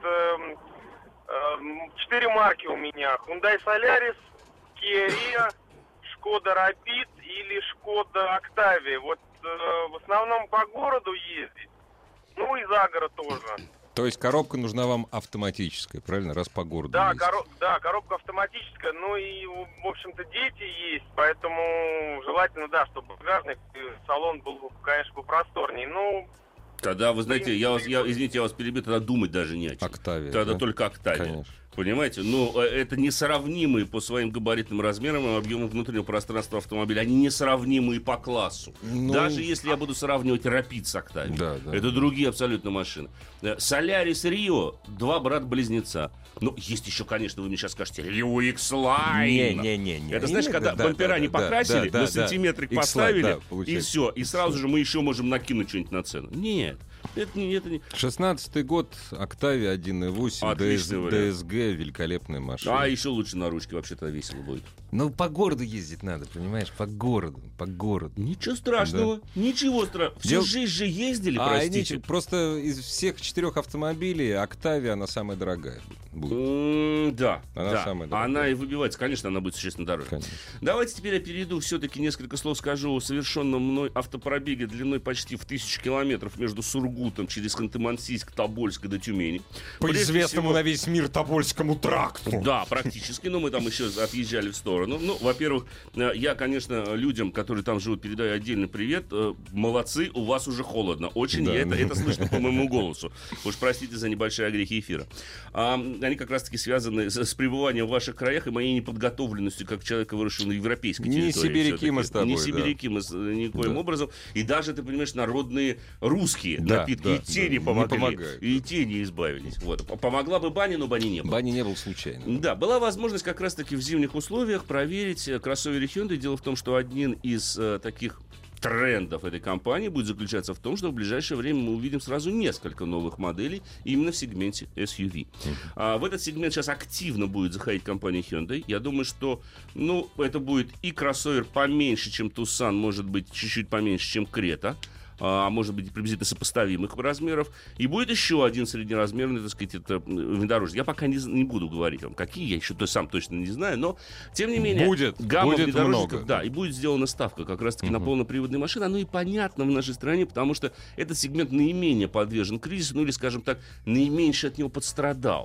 Speaker 5: четыре марки у меня. Hyundai Solaris, Kia Rio, Skoda Rapid или Skoda Octavia. Вот в основном по городу ездить. Ну и за город тоже.
Speaker 2: То есть коробка нужна вам автоматическая, правильно? Раз по городу
Speaker 5: Да,
Speaker 2: ездите.
Speaker 5: коро- да, коробка автоматическая, ну и, в общем-то, дети есть, поэтому желательно, да, чтобы багажник, салон был, конечно, попросторнее. Ну,
Speaker 3: Тогда, вы знаете, я вас, я, извините, я вас перебью, тогда думать даже не о чем.
Speaker 2: Octavia,
Speaker 3: Тогда
Speaker 2: да?
Speaker 3: только Octavia.
Speaker 2: Конечно.
Speaker 3: Понимаете? Ну, это несравнимые по своим габаритным размерам и объему внутреннего пространства автомобиля. Они несравнимые по классу.
Speaker 2: Ну,
Speaker 3: Даже если я буду сравнивать Rapid с Octavia.
Speaker 2: Да, да.
Speaker 3: Это другие абсолютно машины. Solaris Rio, два брат-близнеца. Ну, есть еще, конечно, вы мне сейчас скажете, Rio X-Line.
Speaker 2: Не-не-не.
Speaker 3: Это, знаешь,
Speaker 2: Не,
Speaker 3: когда
Speaker 2: да,
Speaker 3: бампера
Speaker 2: да,
Speaker 3: не
Speaker 2: да,
Speaker 3: покрасили,
Speaker 2: да,
Speaker 3: на
Speaker 2: да,
Speaker 3: сантиметрик
Speaker 2: да.
Speaker 3: поставили,
Speaker 2: X-Line, да,
Speaker 3: и
Speaker 2: получается.
Speaker 3: все. И сразу же мы еще можем накинуть что-нибудь на цену. Нет. Это не, это не...
Speaker 2: шестнадцатый год, Octavia один и восемь,
Speaker 3: Отличный вариант.
Speaker 2: ди эс джи, великолепная машина.
Speaker 3: А еще лучше на ручке, вообще-то весело будет.
Speaker 2: Ну, по городу ездить надо, понимаешь? По городу, по городу.
Speaker 3: Ничего страшного, ничего страшного. Всю
Speaker 2: Дел-
Speaker 3: жизнь же ездили,
Speaker 2: А,
Speaker 3: простите.
Speaker 2: ничего, просто из всех четырех автомобилей Octavia, она самая дорогая будет.
Speaker 3: М, Да,
Speaker 2: Она
Speaker 3: да.
Speaker 2: самая дорогая.
Speaker 3: Она и выбивается, конечно, она будет существенно дороже.
Speaker 2: Конечно.
Speaker 3: Давайте теперь я перейду, все-таки несколько слов скажу о совершенном мной автопробеге длиной почти в тысячу километров между Сургутом через Ханты-Мансийск, Тобольск и до Тюмени.
Speaker 2: По
Speaker 3: Прежде
Speaker 2: известному
Speaker 3: всего-
Speaker 2: на весь мир Тобольскому тракту.
Speaker 3: Да, практически, но мы там еще отъезжали в сторону. Ну, во-первых, э, я, конечно, людям, которые там живут, передаю отдельный привет. Э, Молодцы, у вас уже холодно. Очень,
Speaker 2: Да.
Speaker 3: я это, это слышно по моему голосу. Уж простите за небольшие огрехи эфира. А, они как раз-таки связаны с, с пребыванием в ваших краях и моей неподготовленностью как человека, выросшего на европейской
Speaker 2: Не
Speaker 3: территории.
Speaker 2: сибиряки
Speaker 3: всё-таки.
Speaker 2: мы с тобой,
Speaker 3: Не
Speaker 2: да.
Speaker 3: сибиряки мы с, э, никоим
Speaker 2: Да.
Speaker 3: образом. И даже, ты понимаешь, народные русские
Speaker 2: Да,
Speaker 3: напитки.
Speaker 2: да,
Speaker 3: и те
Speaker 2: да,
Speaker 3: не
Speaker 2: не
Speaker 3: помогли.
Speaker 2: помогают.
Speaker 3: И те не избавились. Вот. Помогла бы баня, но бани не было.
Speaker 2: Бани не был случайно.
Speaker 3: Да, была возможность как раз-таки в зимних условиях проверить э, кроссовере Hyundai. Дело в том, что один из э, таких трендов этой компании будет заключаться в том, что в ближайшее время мы увидим сразу несколько новых моделей именно в сегменте эс ю ви. А, в этот сегмент сейчас активно будет заходить компания Hyundai. Я думаю, что ну, это будет и кроссовер поменьше, чем Tucson, может быть, чуть-чуть поменьше, чем Creta. А может быть, приблизительно сопоставимых размеров. И будет еще один среднеразмерный, так сказать, это внедорожник. Я пока не, не буду говорить вам, какие, я еще то, сам точно не знаю, но, тем не менее,
Speaker 2: Будет,
Speaker 3: гамма
Speaker 2: будет
Speaker 3: внедорожников,
Speaker 2: много.
Speaker 3: да, и будет сделана ставка как раз-таки на полноприводные машины. Оно и понятно в нашей стране, потому что этот сегмент наименее подвержен кризису, ну или, скажем так, наименьше от него подстрадал.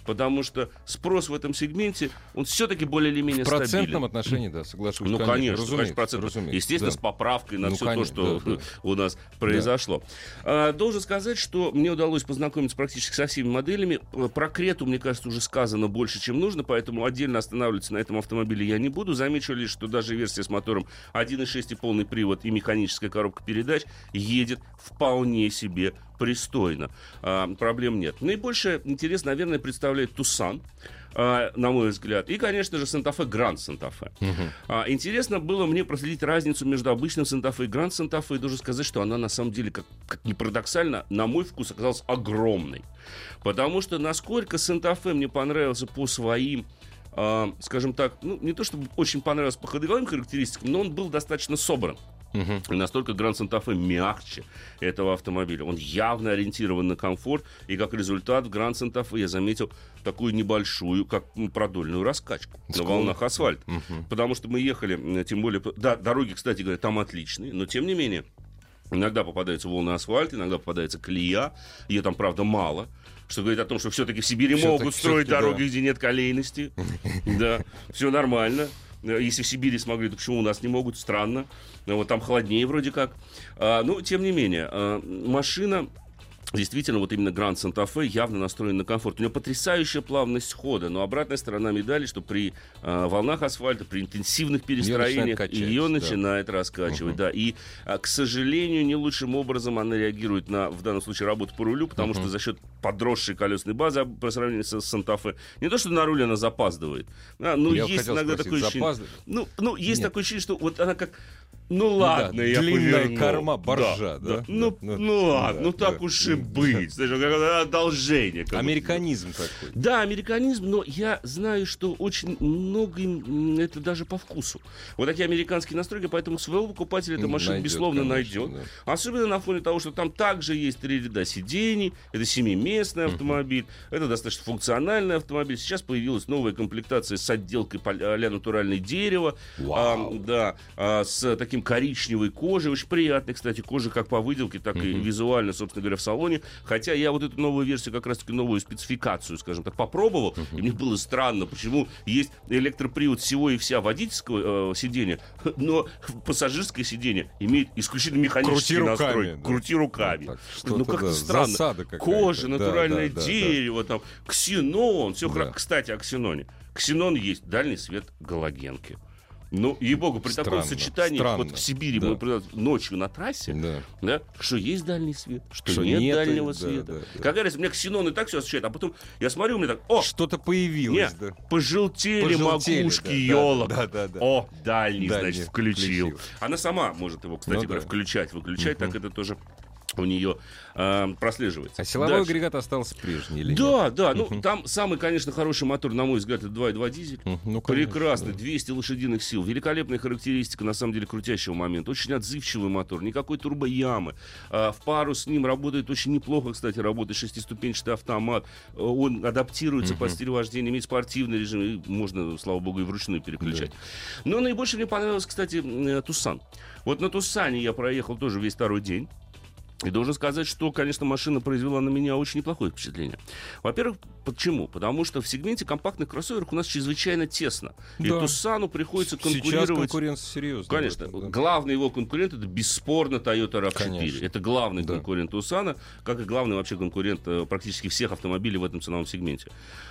Speaker 3: потому что спрос в этом сегменте, он все-таки более или менее
Speaker 2: в
Speaker 3: стабилен.
Speaker 2: В процентном отношении, да, соглашусь.
Speaker 3: Ну, конечно,
Speaker 2: разумеется,
Speaker 3: процентов.
Speaker 2: разумеется,
Speaker 3: Естественно,
Speaker 2: да.
Speaker 3: с поправкой на
Speaker 2: ну,
Speaker 3: все
Speaker 2: конечно,
Speaker 3: то, что
Speaker 2: да, да.
Speaker 3: у нас произошло. Да. А, должен сказать, что мне удалось познакомиться практически со всеми моделями. Про Крету, мне кажется, уже сказано больше, чем нужно, поэтому отдельно останавливаться на этом автомобиле я не буду. Замечу лишь, что даже версия с мотором один и шесть и полный привод и механическая коробка передач едет вполне себе пристойно. А, проблем нет. Наибольший интерес, наверное, представляет Тусан, а, на мой взгляд. И, конечно же, Санта-Фе, Гранд Санта-Фе. Uh-huh. А, интересно было мне проследить разницу между обычным Санта-Фе и Гранд Санта-Фе. И должен сказать, что она, на самом деле, как, как ни парадоксально, на мой вкус оказалась огромной. Потому что насколько Санта-Фе мне понравился по своим, а, скажем так, ну, не то чтобы очень понравился по ходовым характеристикам, но он был достаточно собран. Uh-huh. И настолько Гранд Санта-Фе мягче этого автомобиля. Он явно ориентирован на комфорт. И как результат в Гранд Санта-Фе я заметил такую небольшую, как ну, продольную раскачку Сколько? на волнах асфальта. Uh-huh. Потому что мы ехали, тем более... Да, дороги, кстати говоря, там отличные. Но тем не менее, иногда попадаются волны асфальта, иногда попадается колея. Ее там, правда, мало. Что говорит о том, что все-таки в Сибири все могут строить дороги, да. где нет колейности. Да, все нормально. Если в Сибири смогли, то почему у нас не могут? Странно. Вот там холоднее вроде как. А, но, тем не менее, а, машина... Действительно, вот именно Гранд Санта-Фе явно настроен на комфорт. У него потрясающая плавность хода, но обратная сторона медали, что при э, волнах асфальта, при интенсивных перестроениях ее начинает да. раскачивать. Uh-huh. Да. И, э, к сожалению, не лучшим образом она реагирует на, в данном случае, работу по рулю, потому uh-huh. что за счет подросшей колесной базы по сравнению с Санта-Фе, не то, что на руле она запаздывает. А, ну,
Speaker 2: Я
Speaker 3: есть иногда
Speaker 2: спросить,
Speaker 3: такое ощущение. Ну, ну, есть
Speaker 2: Нет.
Speaker 3: такое ощущение, что вот она как... Ну ладно,
Speaker 2: да,
Speaker 3: я
Speaker 2: длинная
Speaker 3: поверну.
Speaker 2: корма боржа, да?
Speaker 3: да,
Speaker 2: да?
Speaker 3: Ну,
Speaker 2: да,
Speaker 3: ну ладно,
Speaker 2: да,
Speaker 3: ну так
Speaker 2: да,
Speaker 3: уж
Speaker 2: да,
Speaker 3: и быть. Слушай, как одолжение. Как
Speaker 2: Американизм будто. такой.
Speaker 3: Да, американизм, но я знаю, что очень многим это даже по вкусу. Вот такие американские настройки, поэтому своего покупателя эта машина, найдет, безусловно, конечно, найдет. Да. Особенно на фоне того, что там также есть три ряда сидений, это семиместный автомобиль, uh-huh. это достаточно функциональный автомобиль. Сейчас появилась новая комплектация с отделкой а-ля натуральное дерево, а, да, а, с таким коричневой кожи, очень приятной, кстати, кожа как по выделке, так uh-huh. и визуально, собственно говоря, в салоне. Хотя я вот эту новую версию, как раз-таки новую спецификацию, скажем так, попробовал, uh-huh. и мне было странно, почему есть электропривод всего и вся водительского э, сиденья, но пассажирское сиденье имеет исключительно механический
Speaker 2: Крути
Speaker 3: настрой.
Speaker 2: руками, да.
Speaker 3: Крути руками.
Speaker 2: Ну, так,
Speaker 3: ну как-то
Speaker 2: да,
Speaker 3: странно. Кожа, натуральное да, да, дерево, да. там, ксенон, все да. хорошо. Кстати, о ксеноне. Ксенон есть, дальний свет галогенки. Ну, ей-богу, при странно, таком сочетании, странно. Вот в Сибири да. мы ночью на трассе, да. Да, что есть дальний свет, что, что нет, нет дальнего да, света. Да, да. Как говорится, у меня ксенон и так все освещает, а потом я смотрю, у меня так, о!
Speaker 2: Что-то появилось,
Speaker 3: нет,
Speaker 2: да.
Speaker 3: Пожелтели, пожелтели макушки да, елок. Да, да, да. О, дальний, дальний значит, включил. включил. Она сама может его, кстати, ну, да. включать, выключать, угу. так это тоже... у нее э, прослеживается.
Speaker 2: А силовой Дальше. агрегат остался прежний или
Speaker 3: да,
Speaker 2: нет?
Speaker 3: Да, да. Ну, там самый, конечно, хороший мотор, на мой взгляд, это два и два дизель.
Speaker 2: Ну,
Speaker 3: прекрасный, да. двести лошадиных сил. Великолепная характеристика, на самом деле, крутящего момента. Очень отзывчивый мотор, никакой турбоямы. А, в пару с ним работает очень неплохо, кстати, работает шестиступенчатый автомат. Он адаптируется uh-huh. под стиль вождения, имеет спортивный режим. И можно, слава богу, и вручную переключать. Да. Но наибольше мне понравился, кстати, Тусан. Вот на Тусане я проехал тоже весь второй день. И должен сказать, что, конечно, машина произвела на меня очень неплохое впечатление. Во-первых, почему? Потому что в сегменте компактных кроссоверов у нас чрезвычайно тесно. Да. И Туссану приходится конкурировать...
Speaker 2: Сейчас конкуренция серьезная.
Speaker 3: Конечно.
Speaker 2: Этом, да. Главный
Speaker 3: его конкурент — это бесспорно Toyota рав четыре. Конечно. Это главный да. конкурент Туссана, как и главный вообще конкурент практически всех автомобилей в этом ценовом сегменте.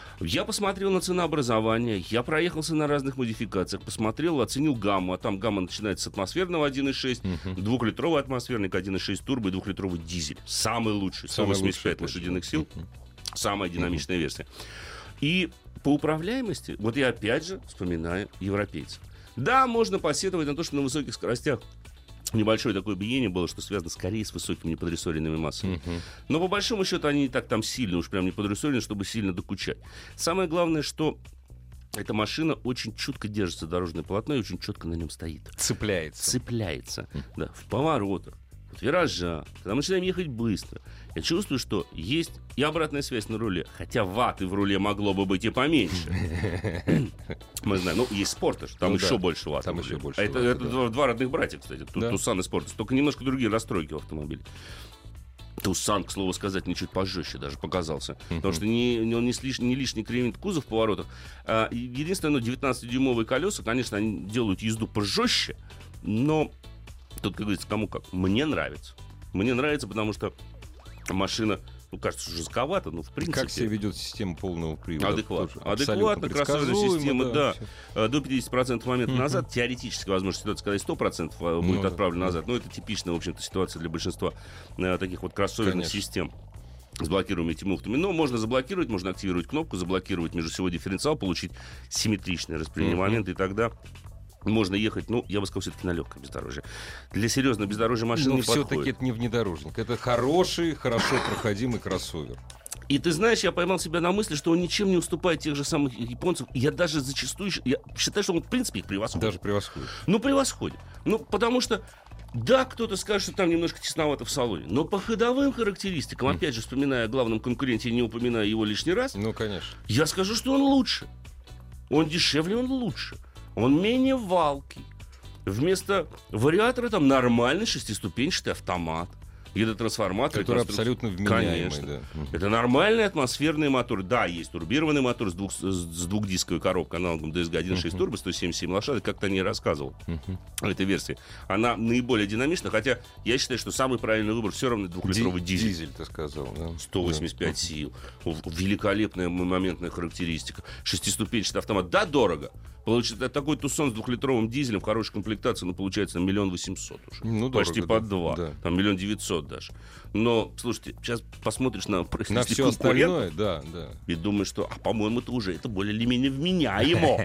Speaker 3: Я посмотрел на ценообразование, я проехался на разных модификациях, посмотрел, оценил гамму, а там гамма начинается с атмосферного один и шесть, uh-huh. двухлитровый атмосферник, один и шесть турбо и двухлитровый дизель. Самый лучший, сто восемьдесят пять лошадиных сил, uh-huh. самая динамичная uh-huh. версия. И по управляемости, вот я опять же вспоминаю европейцев. Да, можно посетовать на то, что на высоких скоростях небольшое такое биение было, что связано скорее с высокими неподрессоренными массами. Uh-huh. Но по большому счету они не так там сильно, уж прям не подрессорены, чтобы сильно докучать. Самое главное, что эта машина очень чутко держится дорожное полотно и очень четко на нем стоит.
Speaker 2: Цепляется.
Speaker 3: Цепляется. Uh-huh. Да, в поворотах, в виражах, когда мы начинаем ехать быстро. Я чувствую, что есть и обратная связь на руле. Хотя ваты в руле могло бы быть и поменьше. Мы знаем, ну, есть Sportage, там ну, еще да. больше ват.
Speaker 2: Там еще больше
Speaker 3: а это,
Speaker 2: ват,
Speaker 3: это
Speaker 2: да.
Speaker 3: два родных братья, кстати, да. Тусан и Sportage. Только немножко другие настройки в автомобиле. Тусан, к слову сказать, мне чуть пожестче даже показался. Uh-huh. Потому что не, он не, слиш, не лишний кривит кузов в поворотах. А, единственное, ну, девятнадцатидюймовые колеса, конечно, они делают езду пожестче, но тут, как говорится, кому как. Мне нравится. Мне нравится, потому что машина, ну, кажется, жестковато, но в принципе...
Speaker 2: Как себя ведет система полного привода?
Speaker 3: Адекватно. Адекватно, кроссоверная система, да. да. До пятьдесят процентов момента uh-huh. назад. Теоретически, возможно, ситуация, когда сто процентов будет ну, отправлена да, назад. Да. Но это типичная, в общем-то, ситуация для большинства э, таких вот кроссоверных Конечно. систем с блокируемыми тимухтами. Но можно заблокировать, можно активировать кнопку, заблокировать межосевой дифференциал, получить симметричный распределение uh-huh. момента, и тогда... Можно ехать, ну, я бы сказал, все-таки на легком бездорожье. Для серьезного бездорожья машины не подходит. Но все-таки
Speaker 2: это не внедорожник. Это хороший, хорошо проходимый кроссовер.
Speaker 3: И ты знаешь, я поймал себя на мысли, что он ничем не уступает тех же самых японцев. Я даже зачастую я считаю, что он, в принципе, их превосходит.
Speaker 2: Даже превосходит.
Speaker 3: Ну, превосходит. Ну, потому что, да, кто-то скажет, что там немножко тесновато в салоне. Но по ходовым характеристикам, mm. опять же, вспоминая о главном конкуренте, не упоминая его лишний раз,
Speaker 2: ну, конечно.
Speaker 3: Я скажу, что он лучше. Он дешевле, он лучше. Он менее валкий. Вместо вариатора там нормальный шестиступенчатый автомат. Гидротрансформатор.
Speaker 2: Который абсолютно вменяемый.
Speaker 3: Конечно. Да. Это нормальные атмосферные моторы. Да, есть турбированный мотор с, двух, с двухдисковой коробкой, аналогом ди эс джи один точка шесть турбо, сто семьдесят семь лошадок, как-то не рассказывал в этой версии. Она наиболее динамична, хотя я считаю, что самый правильный выбор все равно двухлитровый
Speaker 2: Ди-
Speaker 3: дизель.
Speaker 2: Дизель, ты сказал, да.
Speaker 3: сто восемьдесят пять да. сил. Великолепная моментная характеристика. Шестиступенчатый автомат. Да, дорого. Получится такой Тусон с двухлитровым дизелем в хорошей комплектации, ну, получается, миллион восемьсот уже. Ну, почти дорого, под два. Да. Там миллион девятьсот даже. Но, слушайте, сейчас посмотришь на,
Speaker 2: на все остальное, да, да.
Speaker 3: И думаешь, что, а, по-моему, это уже это более или менее вменяемо.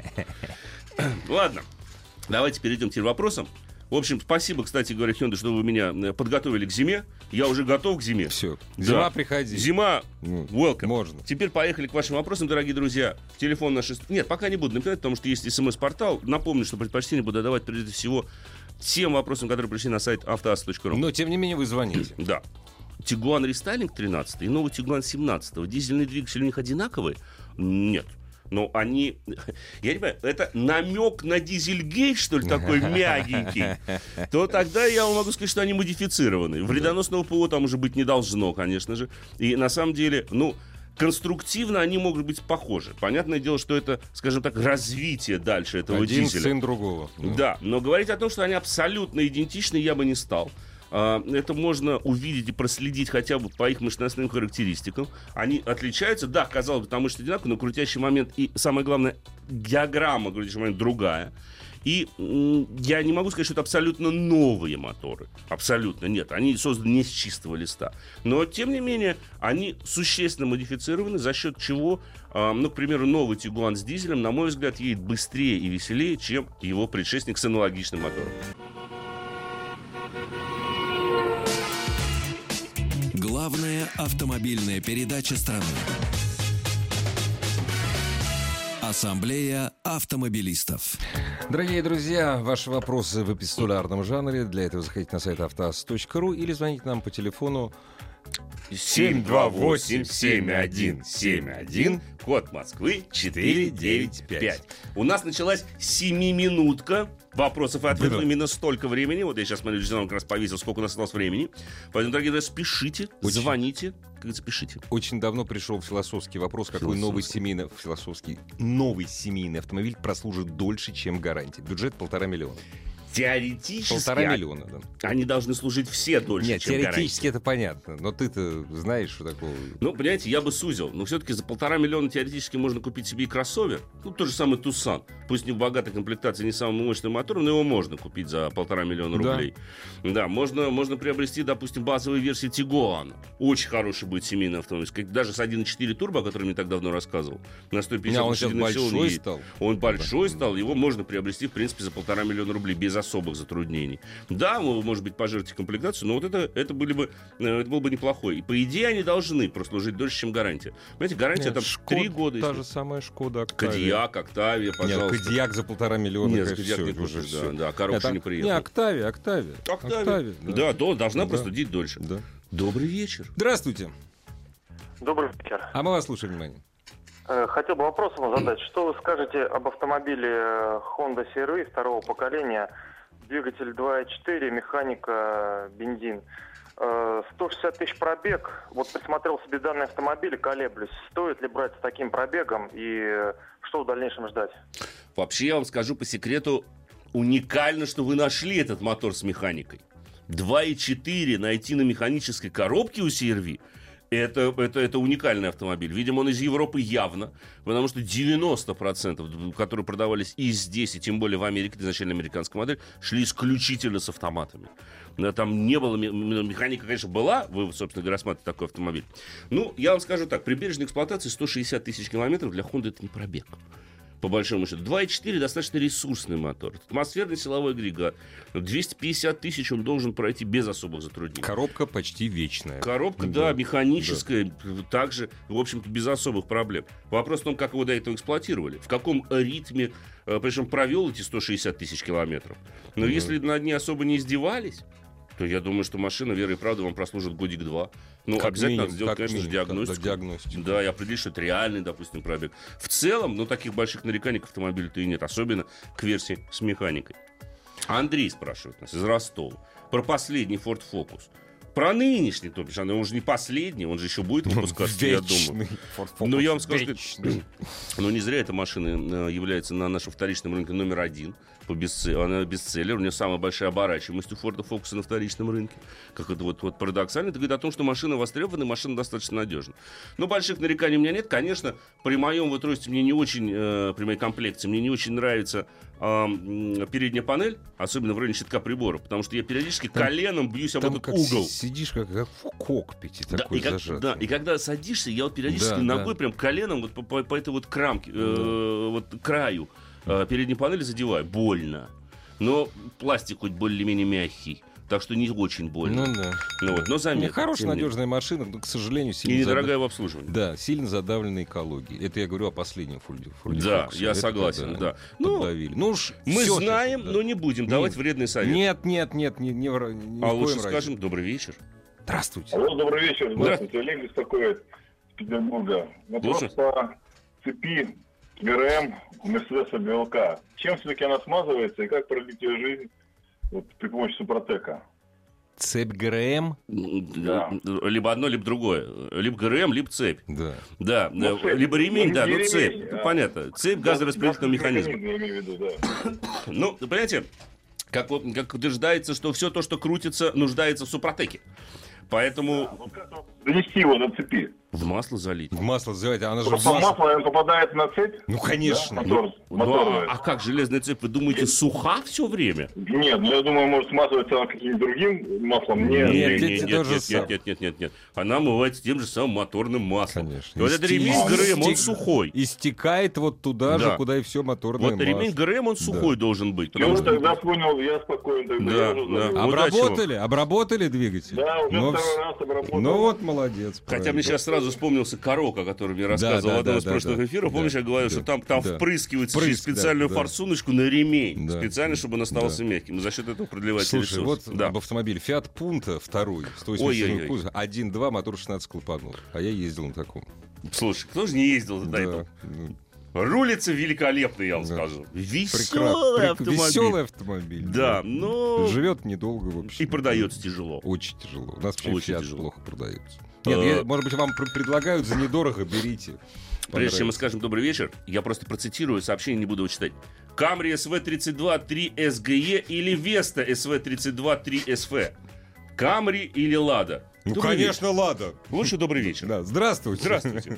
Speaker 3: Ладно, давайте перейдем к вопросам. В общем, спасибо, кстати говоря, Hyundai, что вы меня подготовили к зиме. Я уже готов к зиме.
Speaker 2: Все. Зима, да. Приходи.
Speaker 3: Зима, welcome.
Speaker 2: Можно.
Speaker 3: Теперь поехали к вашим вопросам, дорогие друзья. Телефон наш... Нет, пока не буду напоминать, потому что есть смс-портал. Напомню, что предпочтение буду давать прежде всего тем вопросам, которые пришли на сайт автоаз точка ру.
Speaker 2: Но, тем не менее, вы звоните.
Speaker 3: Да. Тигуан Рестайлинг тринадцать и новый Тигуан семнадцать. Дизельные двигатели у них одинаковые? Нет. Но они... Я не понимаю, это намек на дизельгейт, что ли, такой мягенький? То тогда я могу сказать, что они модифицированы. Вредоносного ПО там уже быть не должно, конечно же. И на самом деле, ну... конструктивно они могут быть похожи. Понятное дело, что это, скажем так, развитие дальше этого
Speaker 2: Один
Speaker 3: дизеля.
Speaker 2: Один сын другого.
Speaker 3: Да, но говорить о том, что они абсолютно идентичны, я бы не стал. Это можно увидеть и проследить хотя бы по их мощностным характеристикам. Они отличаются, да, казалось бы, там мышцы одинаковые, но крутящий момент и, самое главное, диаграмма крутящий момент другая. И м- я не могу сказать, что это абсолютно новые моторы. Абсолютно нет. Они созданы не с чистого листа. Но, тем не менее, они существенно модифицированы, за счет чего, э, ну, к примеру, новый Тигуан с дизелем, на мой взгляд, едет быстрее и веселее, чем его предшественник с аналогичным мотором.
Speaker 1: Главная автомобильная передача страны. Ассамблея автомобилистов.
Speaker 2: Дорогие друзья, ваши вопросы в эпистолярном жанре. Для этого заходите на сайт автоаз точка ру или звоните нам по телефону
Speaker 3: семь два восемь семь один семь один, код Москвы четыре девять пять. У нас началась семиминутка вопросов и ответов. Именно столько времени. Вот я сейчас смотрю, как раз повесил, сколько у нас осталось времени. Поэтому, дорогие друзья, спешите, Очень... звоните. Как спешите.
Speaker 2: Очень давно пришел философский вопрос, какой новый семейный, философский, новый семейный автомобиль прослужит дольше, чем гарантия. Бюджет полтора миллиона.
Speaker 3: Теоретически
Speaker 2: Полтора миллиона, да.
Speaker 3: Они должны служить все дольше,
Speaker 2: Нет,
Speaker 3: чем
Speaker 2: теоретически
Speaker 3: гарантия.
Speaker 2: Это понятно. Но ты-то знаешь, что такое.
Speaker 3: Ну, понимаете, я бы сузил. Но все-таки за полтора миллиона теоретически можно купить себе и кроссовер. Ну, тот же самый Тусан. Пусть не в богатой комплектации, не самым мощным мотором, но его можно купить за полтора миллиона рублей. Да, да можно, можно приобрести, допустим, базовые версии Тигуана. Очень хороший будет семейный автомобиль. Даже с один и четыре турбо, о котором я так давно рассказывал. На сто пятьдесят лошадиных сил. Он большой стал. Он большой стал. Его можно приобрести, в принципе, за полтора миллиона рублей без особых затруднений. Да, вы, может быть, пожертвуете комплектацию, но вот это, это, были бы, это было бы неплохое. И, по идее, они должны прослужить дольше, чем гарантия. Понимаете, гарантия там три года.
Speaker 2: Та же самая Шкода,
Speaker 3: Октавия. Кодиак, Октавия, пожалуйста.
Speaker 2: Нет, Кодиак за полтора миллиона.
Speaker 3: Нет, Кодиак не уже все. Да, да, коробка не приехала.
Speaker 2: Не, Октавия, Октавия.
Speaker 3: Октавия. Октавия да. Да, должна
Speaker 2: да.
Speaker 3: просто длить дольше.
Speaker 2: Да.
Speaker 3: Добрый вечер.
Speaker 2: Здравствуйте.
Speaker 5: Добрый вечер.
Speaker 2: А мы вас слушаем, внимание.
Speaker 5: Хотел бы вопрос вам задать. Что вы скажете об автомобиле Honda си ар ви второго поколения? Двигатель два и четыре, механика, бензин.
Speaker 6: сто шестьдесят тысяч пробег. Вот присмотрел себе данный автомобиль и колеблюсь. Стоит ли брать с таким пробегом и что в дальнейшем ждать?
Speaker 3: Вообще, я вам скажу по секрету, уникально, что вы нашли этот мотор с механикой. два и четыре найти на механической коробке у си эр ви – это, это, это уникальный автомобиль. Видимо, он из Европы явно, потому что девяносто процентов, которые продавались и здесь, и тем более в Америке, изначально американская модель, шли исключительно с автоматами. Там не было, механика, конечно, была, вы, собственно говоря, рассматриваете такой автомобиль. Ну, я вам скажу так, при бережной эксплуатации сто шестьдесят тысяч километров для Honda это не пробег. По большому счету. два и четыре достаточно ресурсный мотор. Атмосферный силовой агрегат. двести пятьдесят тысяч он должен пройти без особых затруднений.
Speaker 2: Коробка почти вечная.
Speaker 3: Коробка, да, да механическая, да. Также, в общем-то, без особых проблем. Вопрос в том, как его до этого эксплуатировали. В каком ритме, причем провел эти сто шестьдесят тысяч километров. Но mm-hmm. если над ней особо не издевались, то я думаю, что машина верой и правдой вам прослужит годик-два. Ну, как обязательно минимум, надо сделать, конечно же, диагностику. Да, диагностику. Да, и определить, что это реальный, допустим, пробег. В целом, ну, таких больших нареканий к автомобилю-то и нет. Особенно к версии с механикой. Андрей спрашивает нас из Ростова про последний Ford Focus. Про нынешний, то бишь, он уже не последний, он же еще будет выпускаться, я думаю. Но я вам скажу, что ну, не зря эта машина является на нашем вторичном рынке номер один. По бестселлеру. Она бестселлер, у нее самая большая оборачиваемость у Форда Фокуса на вторичном рынке. Как это вот, вот парадоксально. Это говорит о том, что машина востребована, машина достаточно надежна. Но больших нареканий у меня нет. Конечно, при моем вот устройстве мне не очень, э, при моей комплекции, мне не очень нравится э, передняя панель, особенно в районе щитка приборов, потому что я периодически там, коленом бьюсь об этот
Speaker 2: как
Speaker 3: угол.
Speaker 2: Сидишь как, как в кокпите такой
Speaker 3: да,
Speaker 2: зажатый.
Speaker 3: Да, и когда садишься, я вот периодически
Speaker 2: да,
Speaker 3: ногой
Speaker 2: да.
Speaker 3: прям коленом вот по, по, по этой вот крамке, э, вот краю э, передней панели задеваю. Больно. Но пластик хоть более-менее мягкий. Так что не очень больно.
Speaker 2: Ну, да.
Speaker 3: Ну, вот, но заметно.
Speaker 2: Ну, хорошая, надежная машина, но, к сожалению, сильно...
Speaker 3: И недорогая
Speaker 2: задав...
Speaker 3: в обслуживании.
Speaker 2: Да, сильно задавленной экологией. Это я говорю о последнем Форде Фокусе.
Speaker 3: Да, я это, согласен, да. да. Ну,
Speaker 2: ну уж
Speaker 3: мы
Speaker 2: все
Speaker 3: знаем,
Speaker 2: сейчас, да.
Speaker 3: но не будем давать
Speaker 2: нет.
Speaker 3: вредный совет.
Speaker 2: Нет, нет, нет, не, не, не
Speaker 3: А лучше
Speaker 2: разе.
Speaker 3: скажем добрый вечер.
Speaker 2: Здравствуйте.
Speaker 7: Алло, добрый вечер. Здравствуйте. Олег беспокоит из Петербурга. Вопрос
Speaker 3: Слушай.
Speaker 7: по цепи ГРМ у Мерседеса бэ эл ка. Чем все-таки она смазывается и как продлить ее жизнь вот, при помощи Супротека?
Speaker 2: Цепь ГРМ?
Speaker 7: Да.
Speaker 3: Либо одно, либо другое. Либо ГРМ, либо цепь.
Speaker 2: Да.
Speaker 3: Да.
Speaker 7: Ну, цепь.
Speaker 3: Либо ремень,
Speaker 7: ну,
Speaker 3: да, но
Speaker 7: ремень,
Speaker 3: цепь.
Speaker 7: а...
Speaker 3: Понятно. Цепь газораспределительного механизма.
Speaker 7: Я имею в виду, да.
Speaker 3: Ну, понимаете, как, вот, как утверждается, что все то, что крутится, нуждается в Супротеке. Поэтому...
Speaker 7: А, вот как донести его до цепи?
Speaker 3: В масло залить.
Speaker 2: В масло заливать, а она же в
Speaker 7: Просто
Speaker 2: масло...
Speaker 7: масло попадает на цепь?
Speaker 2: Ну, конечно.
Speaker 7: Да? Мотор,
Speaker 3: Ну,
Speaker 7: мотор,
Speaker 3: а, а как железная цепь, вы думаете, суха все время?
Speaker 7: Нет, ну я думаю, может смазываться она каким-нибудь другим маслом.
Speaker 3: Нет,
Speaker 2: Нет,
Speaker 3: нет,
Speaker 2: это
Speaker 3: нет,
Speaker 2: то же
Speaker 3: нет,
Speaker 2: самое.
Speaker 3: нет, нет, нет, нет. Она омывается тем же самым моторным маслом.
Speaker 2: Конечно.
Speaker 3: И вот этот ремень
Speaker 2: Исти-
Speaker 3: ГРМ, он
Speaker 2: исти-
Speaker 3: сухой.
Speaker 2: И стекает вот туда
Speaker 3: Да.
Speaker 2: же, куда и все моторное
Speaker 3: Вот
Speaker 2: масло.
Speaker 3: ремень ГРМ, он сухой должен быть.
Speaker 7: Я
Speaker 3: потому
Speaker 7: уже
Speaker 3: что-
Speaker 7: тогда понял, я спокоен. Тогда
Speaker 3: Да,
Speaker 7: я уже
Speaker 3: да.
Speaker 7: забыл.
Speaker 2: Обработали? Обработали двигатель?
Speaker 7: Да, уже
Speaker 2: Ну,
Speaker 7: второй
Speaker 2: вс-
Speaker 7: раз обработал.
Speaker 2: Ну вот, молодец.
Speaker 3: Хотя
Speaker 2: правильно.
Speaker 3: мне сейчас сразу вспомнился Корок, о котором я рассказывал
Speaker 2: да,
Speaker 3: в одном
Speaker 2: да,
Speaker 3: из
Speaker 2: да,
Speaker 3: прошлых
Speaker 2: да.
Speaker 3: эфиров.
Speaker 2: Да,
Speaker 3: Помнишь, я говорил,
Speaker 2: да,
Speaker 3: что там, там
Speaker 2: да.
Speaker 3: впрыскивается
Speaker 2: Прыск,
Speaker 3: через специальную
Speaker 2: да, да.
Speaker 3: форсуночку на ремень.
Speaker 2: Да.
Speaker 3: Специально, чтобы он оставался
Speaker 2: Да.
Speaker 3: мягким. И за счет этого продлевать
Speaker 2: Слушай,
Speaker 3: ресурс.
Speaker 2: вот
Speaker 3: Да.
Speaker 2: об автомобиле Fiat Punto второй, сто
Speaker 3: Ой-ой-ой.
Speaker 2: восемьдесят кузов, один два, мотор шестнадцать клапанов. А я ездил на таком.
Speaker 3: Слушай, кто же не ездил до
Speaker 2: Да.
Speaker 3: этого?
Speaker 2: Ну,
Speaker 3: Рулится великолепно, я вам
Speaker 2: Да.
Speaker 3: скажу.
Speaker 2: прекра-
Speaker 3: Веселый
Speaker 2: прек-
Speaker 3: автомобиль.
Speaker 2: Веселый автомобиль.
Speaker 3: Да, но...
Speaker 2: Живет недолго вообще.
Speaker 3: И продается тяжело.
Speaker 2: Очень тяжело. У нас вообще
Speaker 3: Очень
Speaker 2: Fiat
Speaker 3: тяжело.
Speaker 2: плохо продается. Нет,
Speaker 3: А.
Speaker 2: я- может быть, вам пр- предлагают за недорого, берите.
Speaker 3: Прежде чем мы
Speaker 2: Понравится.
Speaker 3: скажем добрый вечер, я просто процитирую, сообщение не буду его читать. Camry эс ви тридцать два три эс джи и или Vesta эс ви тридцать два три эс эф. Camry или Lada?
Speaker 2: Ну,
Speaker 3: Добрый
Speaker 2: конечно, Лада.
Speaker 3: вечер. Лучше добрый вечер.
Speaker 2: Да, здравствуйте.
Speaker 3: Здравствуйте.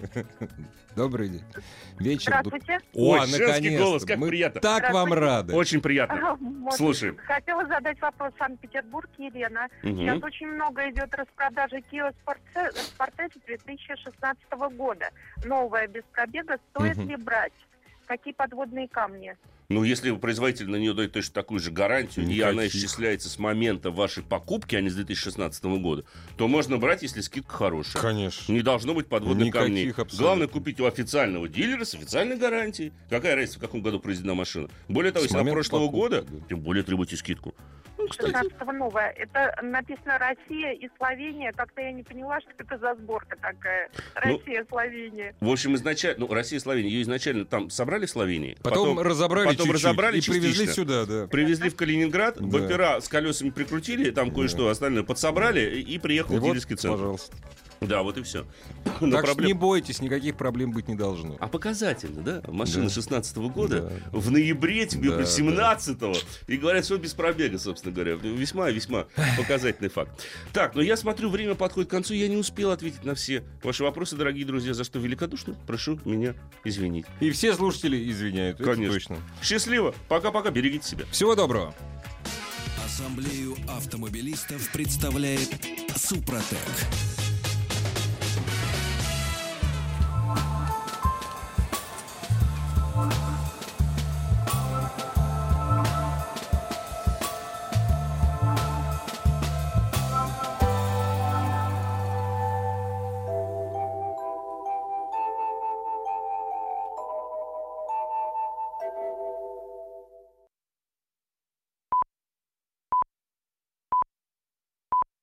Speaker 2: Добрый день. Вечер.
Speaker 8: Здравствуйте.
Speaker 2: О,
Speaker 3: Ой, женский
Speaker 2: наконец-то.
Speaker 3: голос, как
Speaker 2: Мы
Speaker 3: приятно.
Speaker 2: так вам
Speaker 8: Здравствуйте.
Speaker 2: рады.
Speaker 3: Очень приятно.
Speaker 8: Вот.
Speaker 3: Слушаем.
Speaker 8: Хотела задать вопрос. Санкт-Петербург, Елена.
Speaker 3: Мгм.
Speaker 8: Сейчас очень много идет распродажи Kia Sportage Sportage две тысячи шестнадцатого года. Новая, без пробега. Стоит
Speaker 2: Мгм.
Speaker 8: ли брать? Какие подводные камни?
Speaker 3: Ну, если производитель на нее дает точно такую же гарантию, и она
Speaker 2: Никаких.
Speaker 3: исчисляется с момента вашей покупки, а не с две тысячи шестнадцатого года, то можно брать, если скидка хорошая.
Speaker 2: Конечно.
Speaker 3: Не должно быть подводных
Speaker 2: Никаких
Speaker 3: камней.
Speaker 2: абсолютно.
Speaker 3: Главное купить у официального дилера с официальной гарантией. Какая разница, в каком году произведена машина? Более того,
Speaker 2: С
Speaker 3: если она
Speaker 2: момента
Speaker 3: прошлого
Speaker 2: покупки,
Speaker 3: года,
Speaker 2: да.
Speaker 3: тем более требуйте скидку. Ну, кстати.
Speaker 8: шестнадцатого новая. Это написано Россия и Словения. Как-то я не поняла, что это за сборка такая. Россия,
Speaker 3: Ну,
Speaker 8: Словения.
Speaker 3: В общем, изначально, ну, Россия и Словения, ее изначально там собрали в Словении.
Speaker 2: Потом, разобрали
Speaker 3: потом
Speaker 2: чуть-чуть
Speaker 3: разобрали
Speaker 2: и привезли
Speaker 3: частично.
Speaker 2: сюда, да.
Speaker 3: Привезли в Калининград,
Speaker 2: Да.
Speaker 3: бампера с колесами прикрутили, там кое-что остальное подсобрали, и приехал
Speaker 2: И
Speaker 3: в
Speaker 2: вот,
Speaker 3: дилерский центр.
Speaker 2: пожалуйста.
Speaker 3: Да, вот и все.
Speaker 2: Так что не бойтесь, никаких проблем быть не должно.
Speaker 3: А показательно, да? Машина
Speaker 2: Да.
Speaker 3: шестнадцатого года,
Speaker 2: Да.
Speaker 3: в ноябре тебе
Speaker 2: Да,
Speaker 3: семнадцатого, и говорят, что без пробега, собственно говоря. Весьма-весьма показательный факт. Так, но я смотрю, время подходит к концу, я не успел ответить на все ваши вопросы, дорогие друзья, за что великодушно прошу меня извинить.
Speaker 2: И все слушатели извиняют, это
Speaker 3: Конечно.
Speaker 2: точно.
Speaker 3: Счастливо, пока-пока, берегите себя.
Speaker 2: Всего доброго.
Speaker 1: Ассамблею автомобилистов представляет Супротек.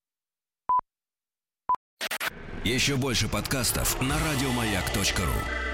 Speaker 1: Еще больше подкастов на радиомаяк точка ру.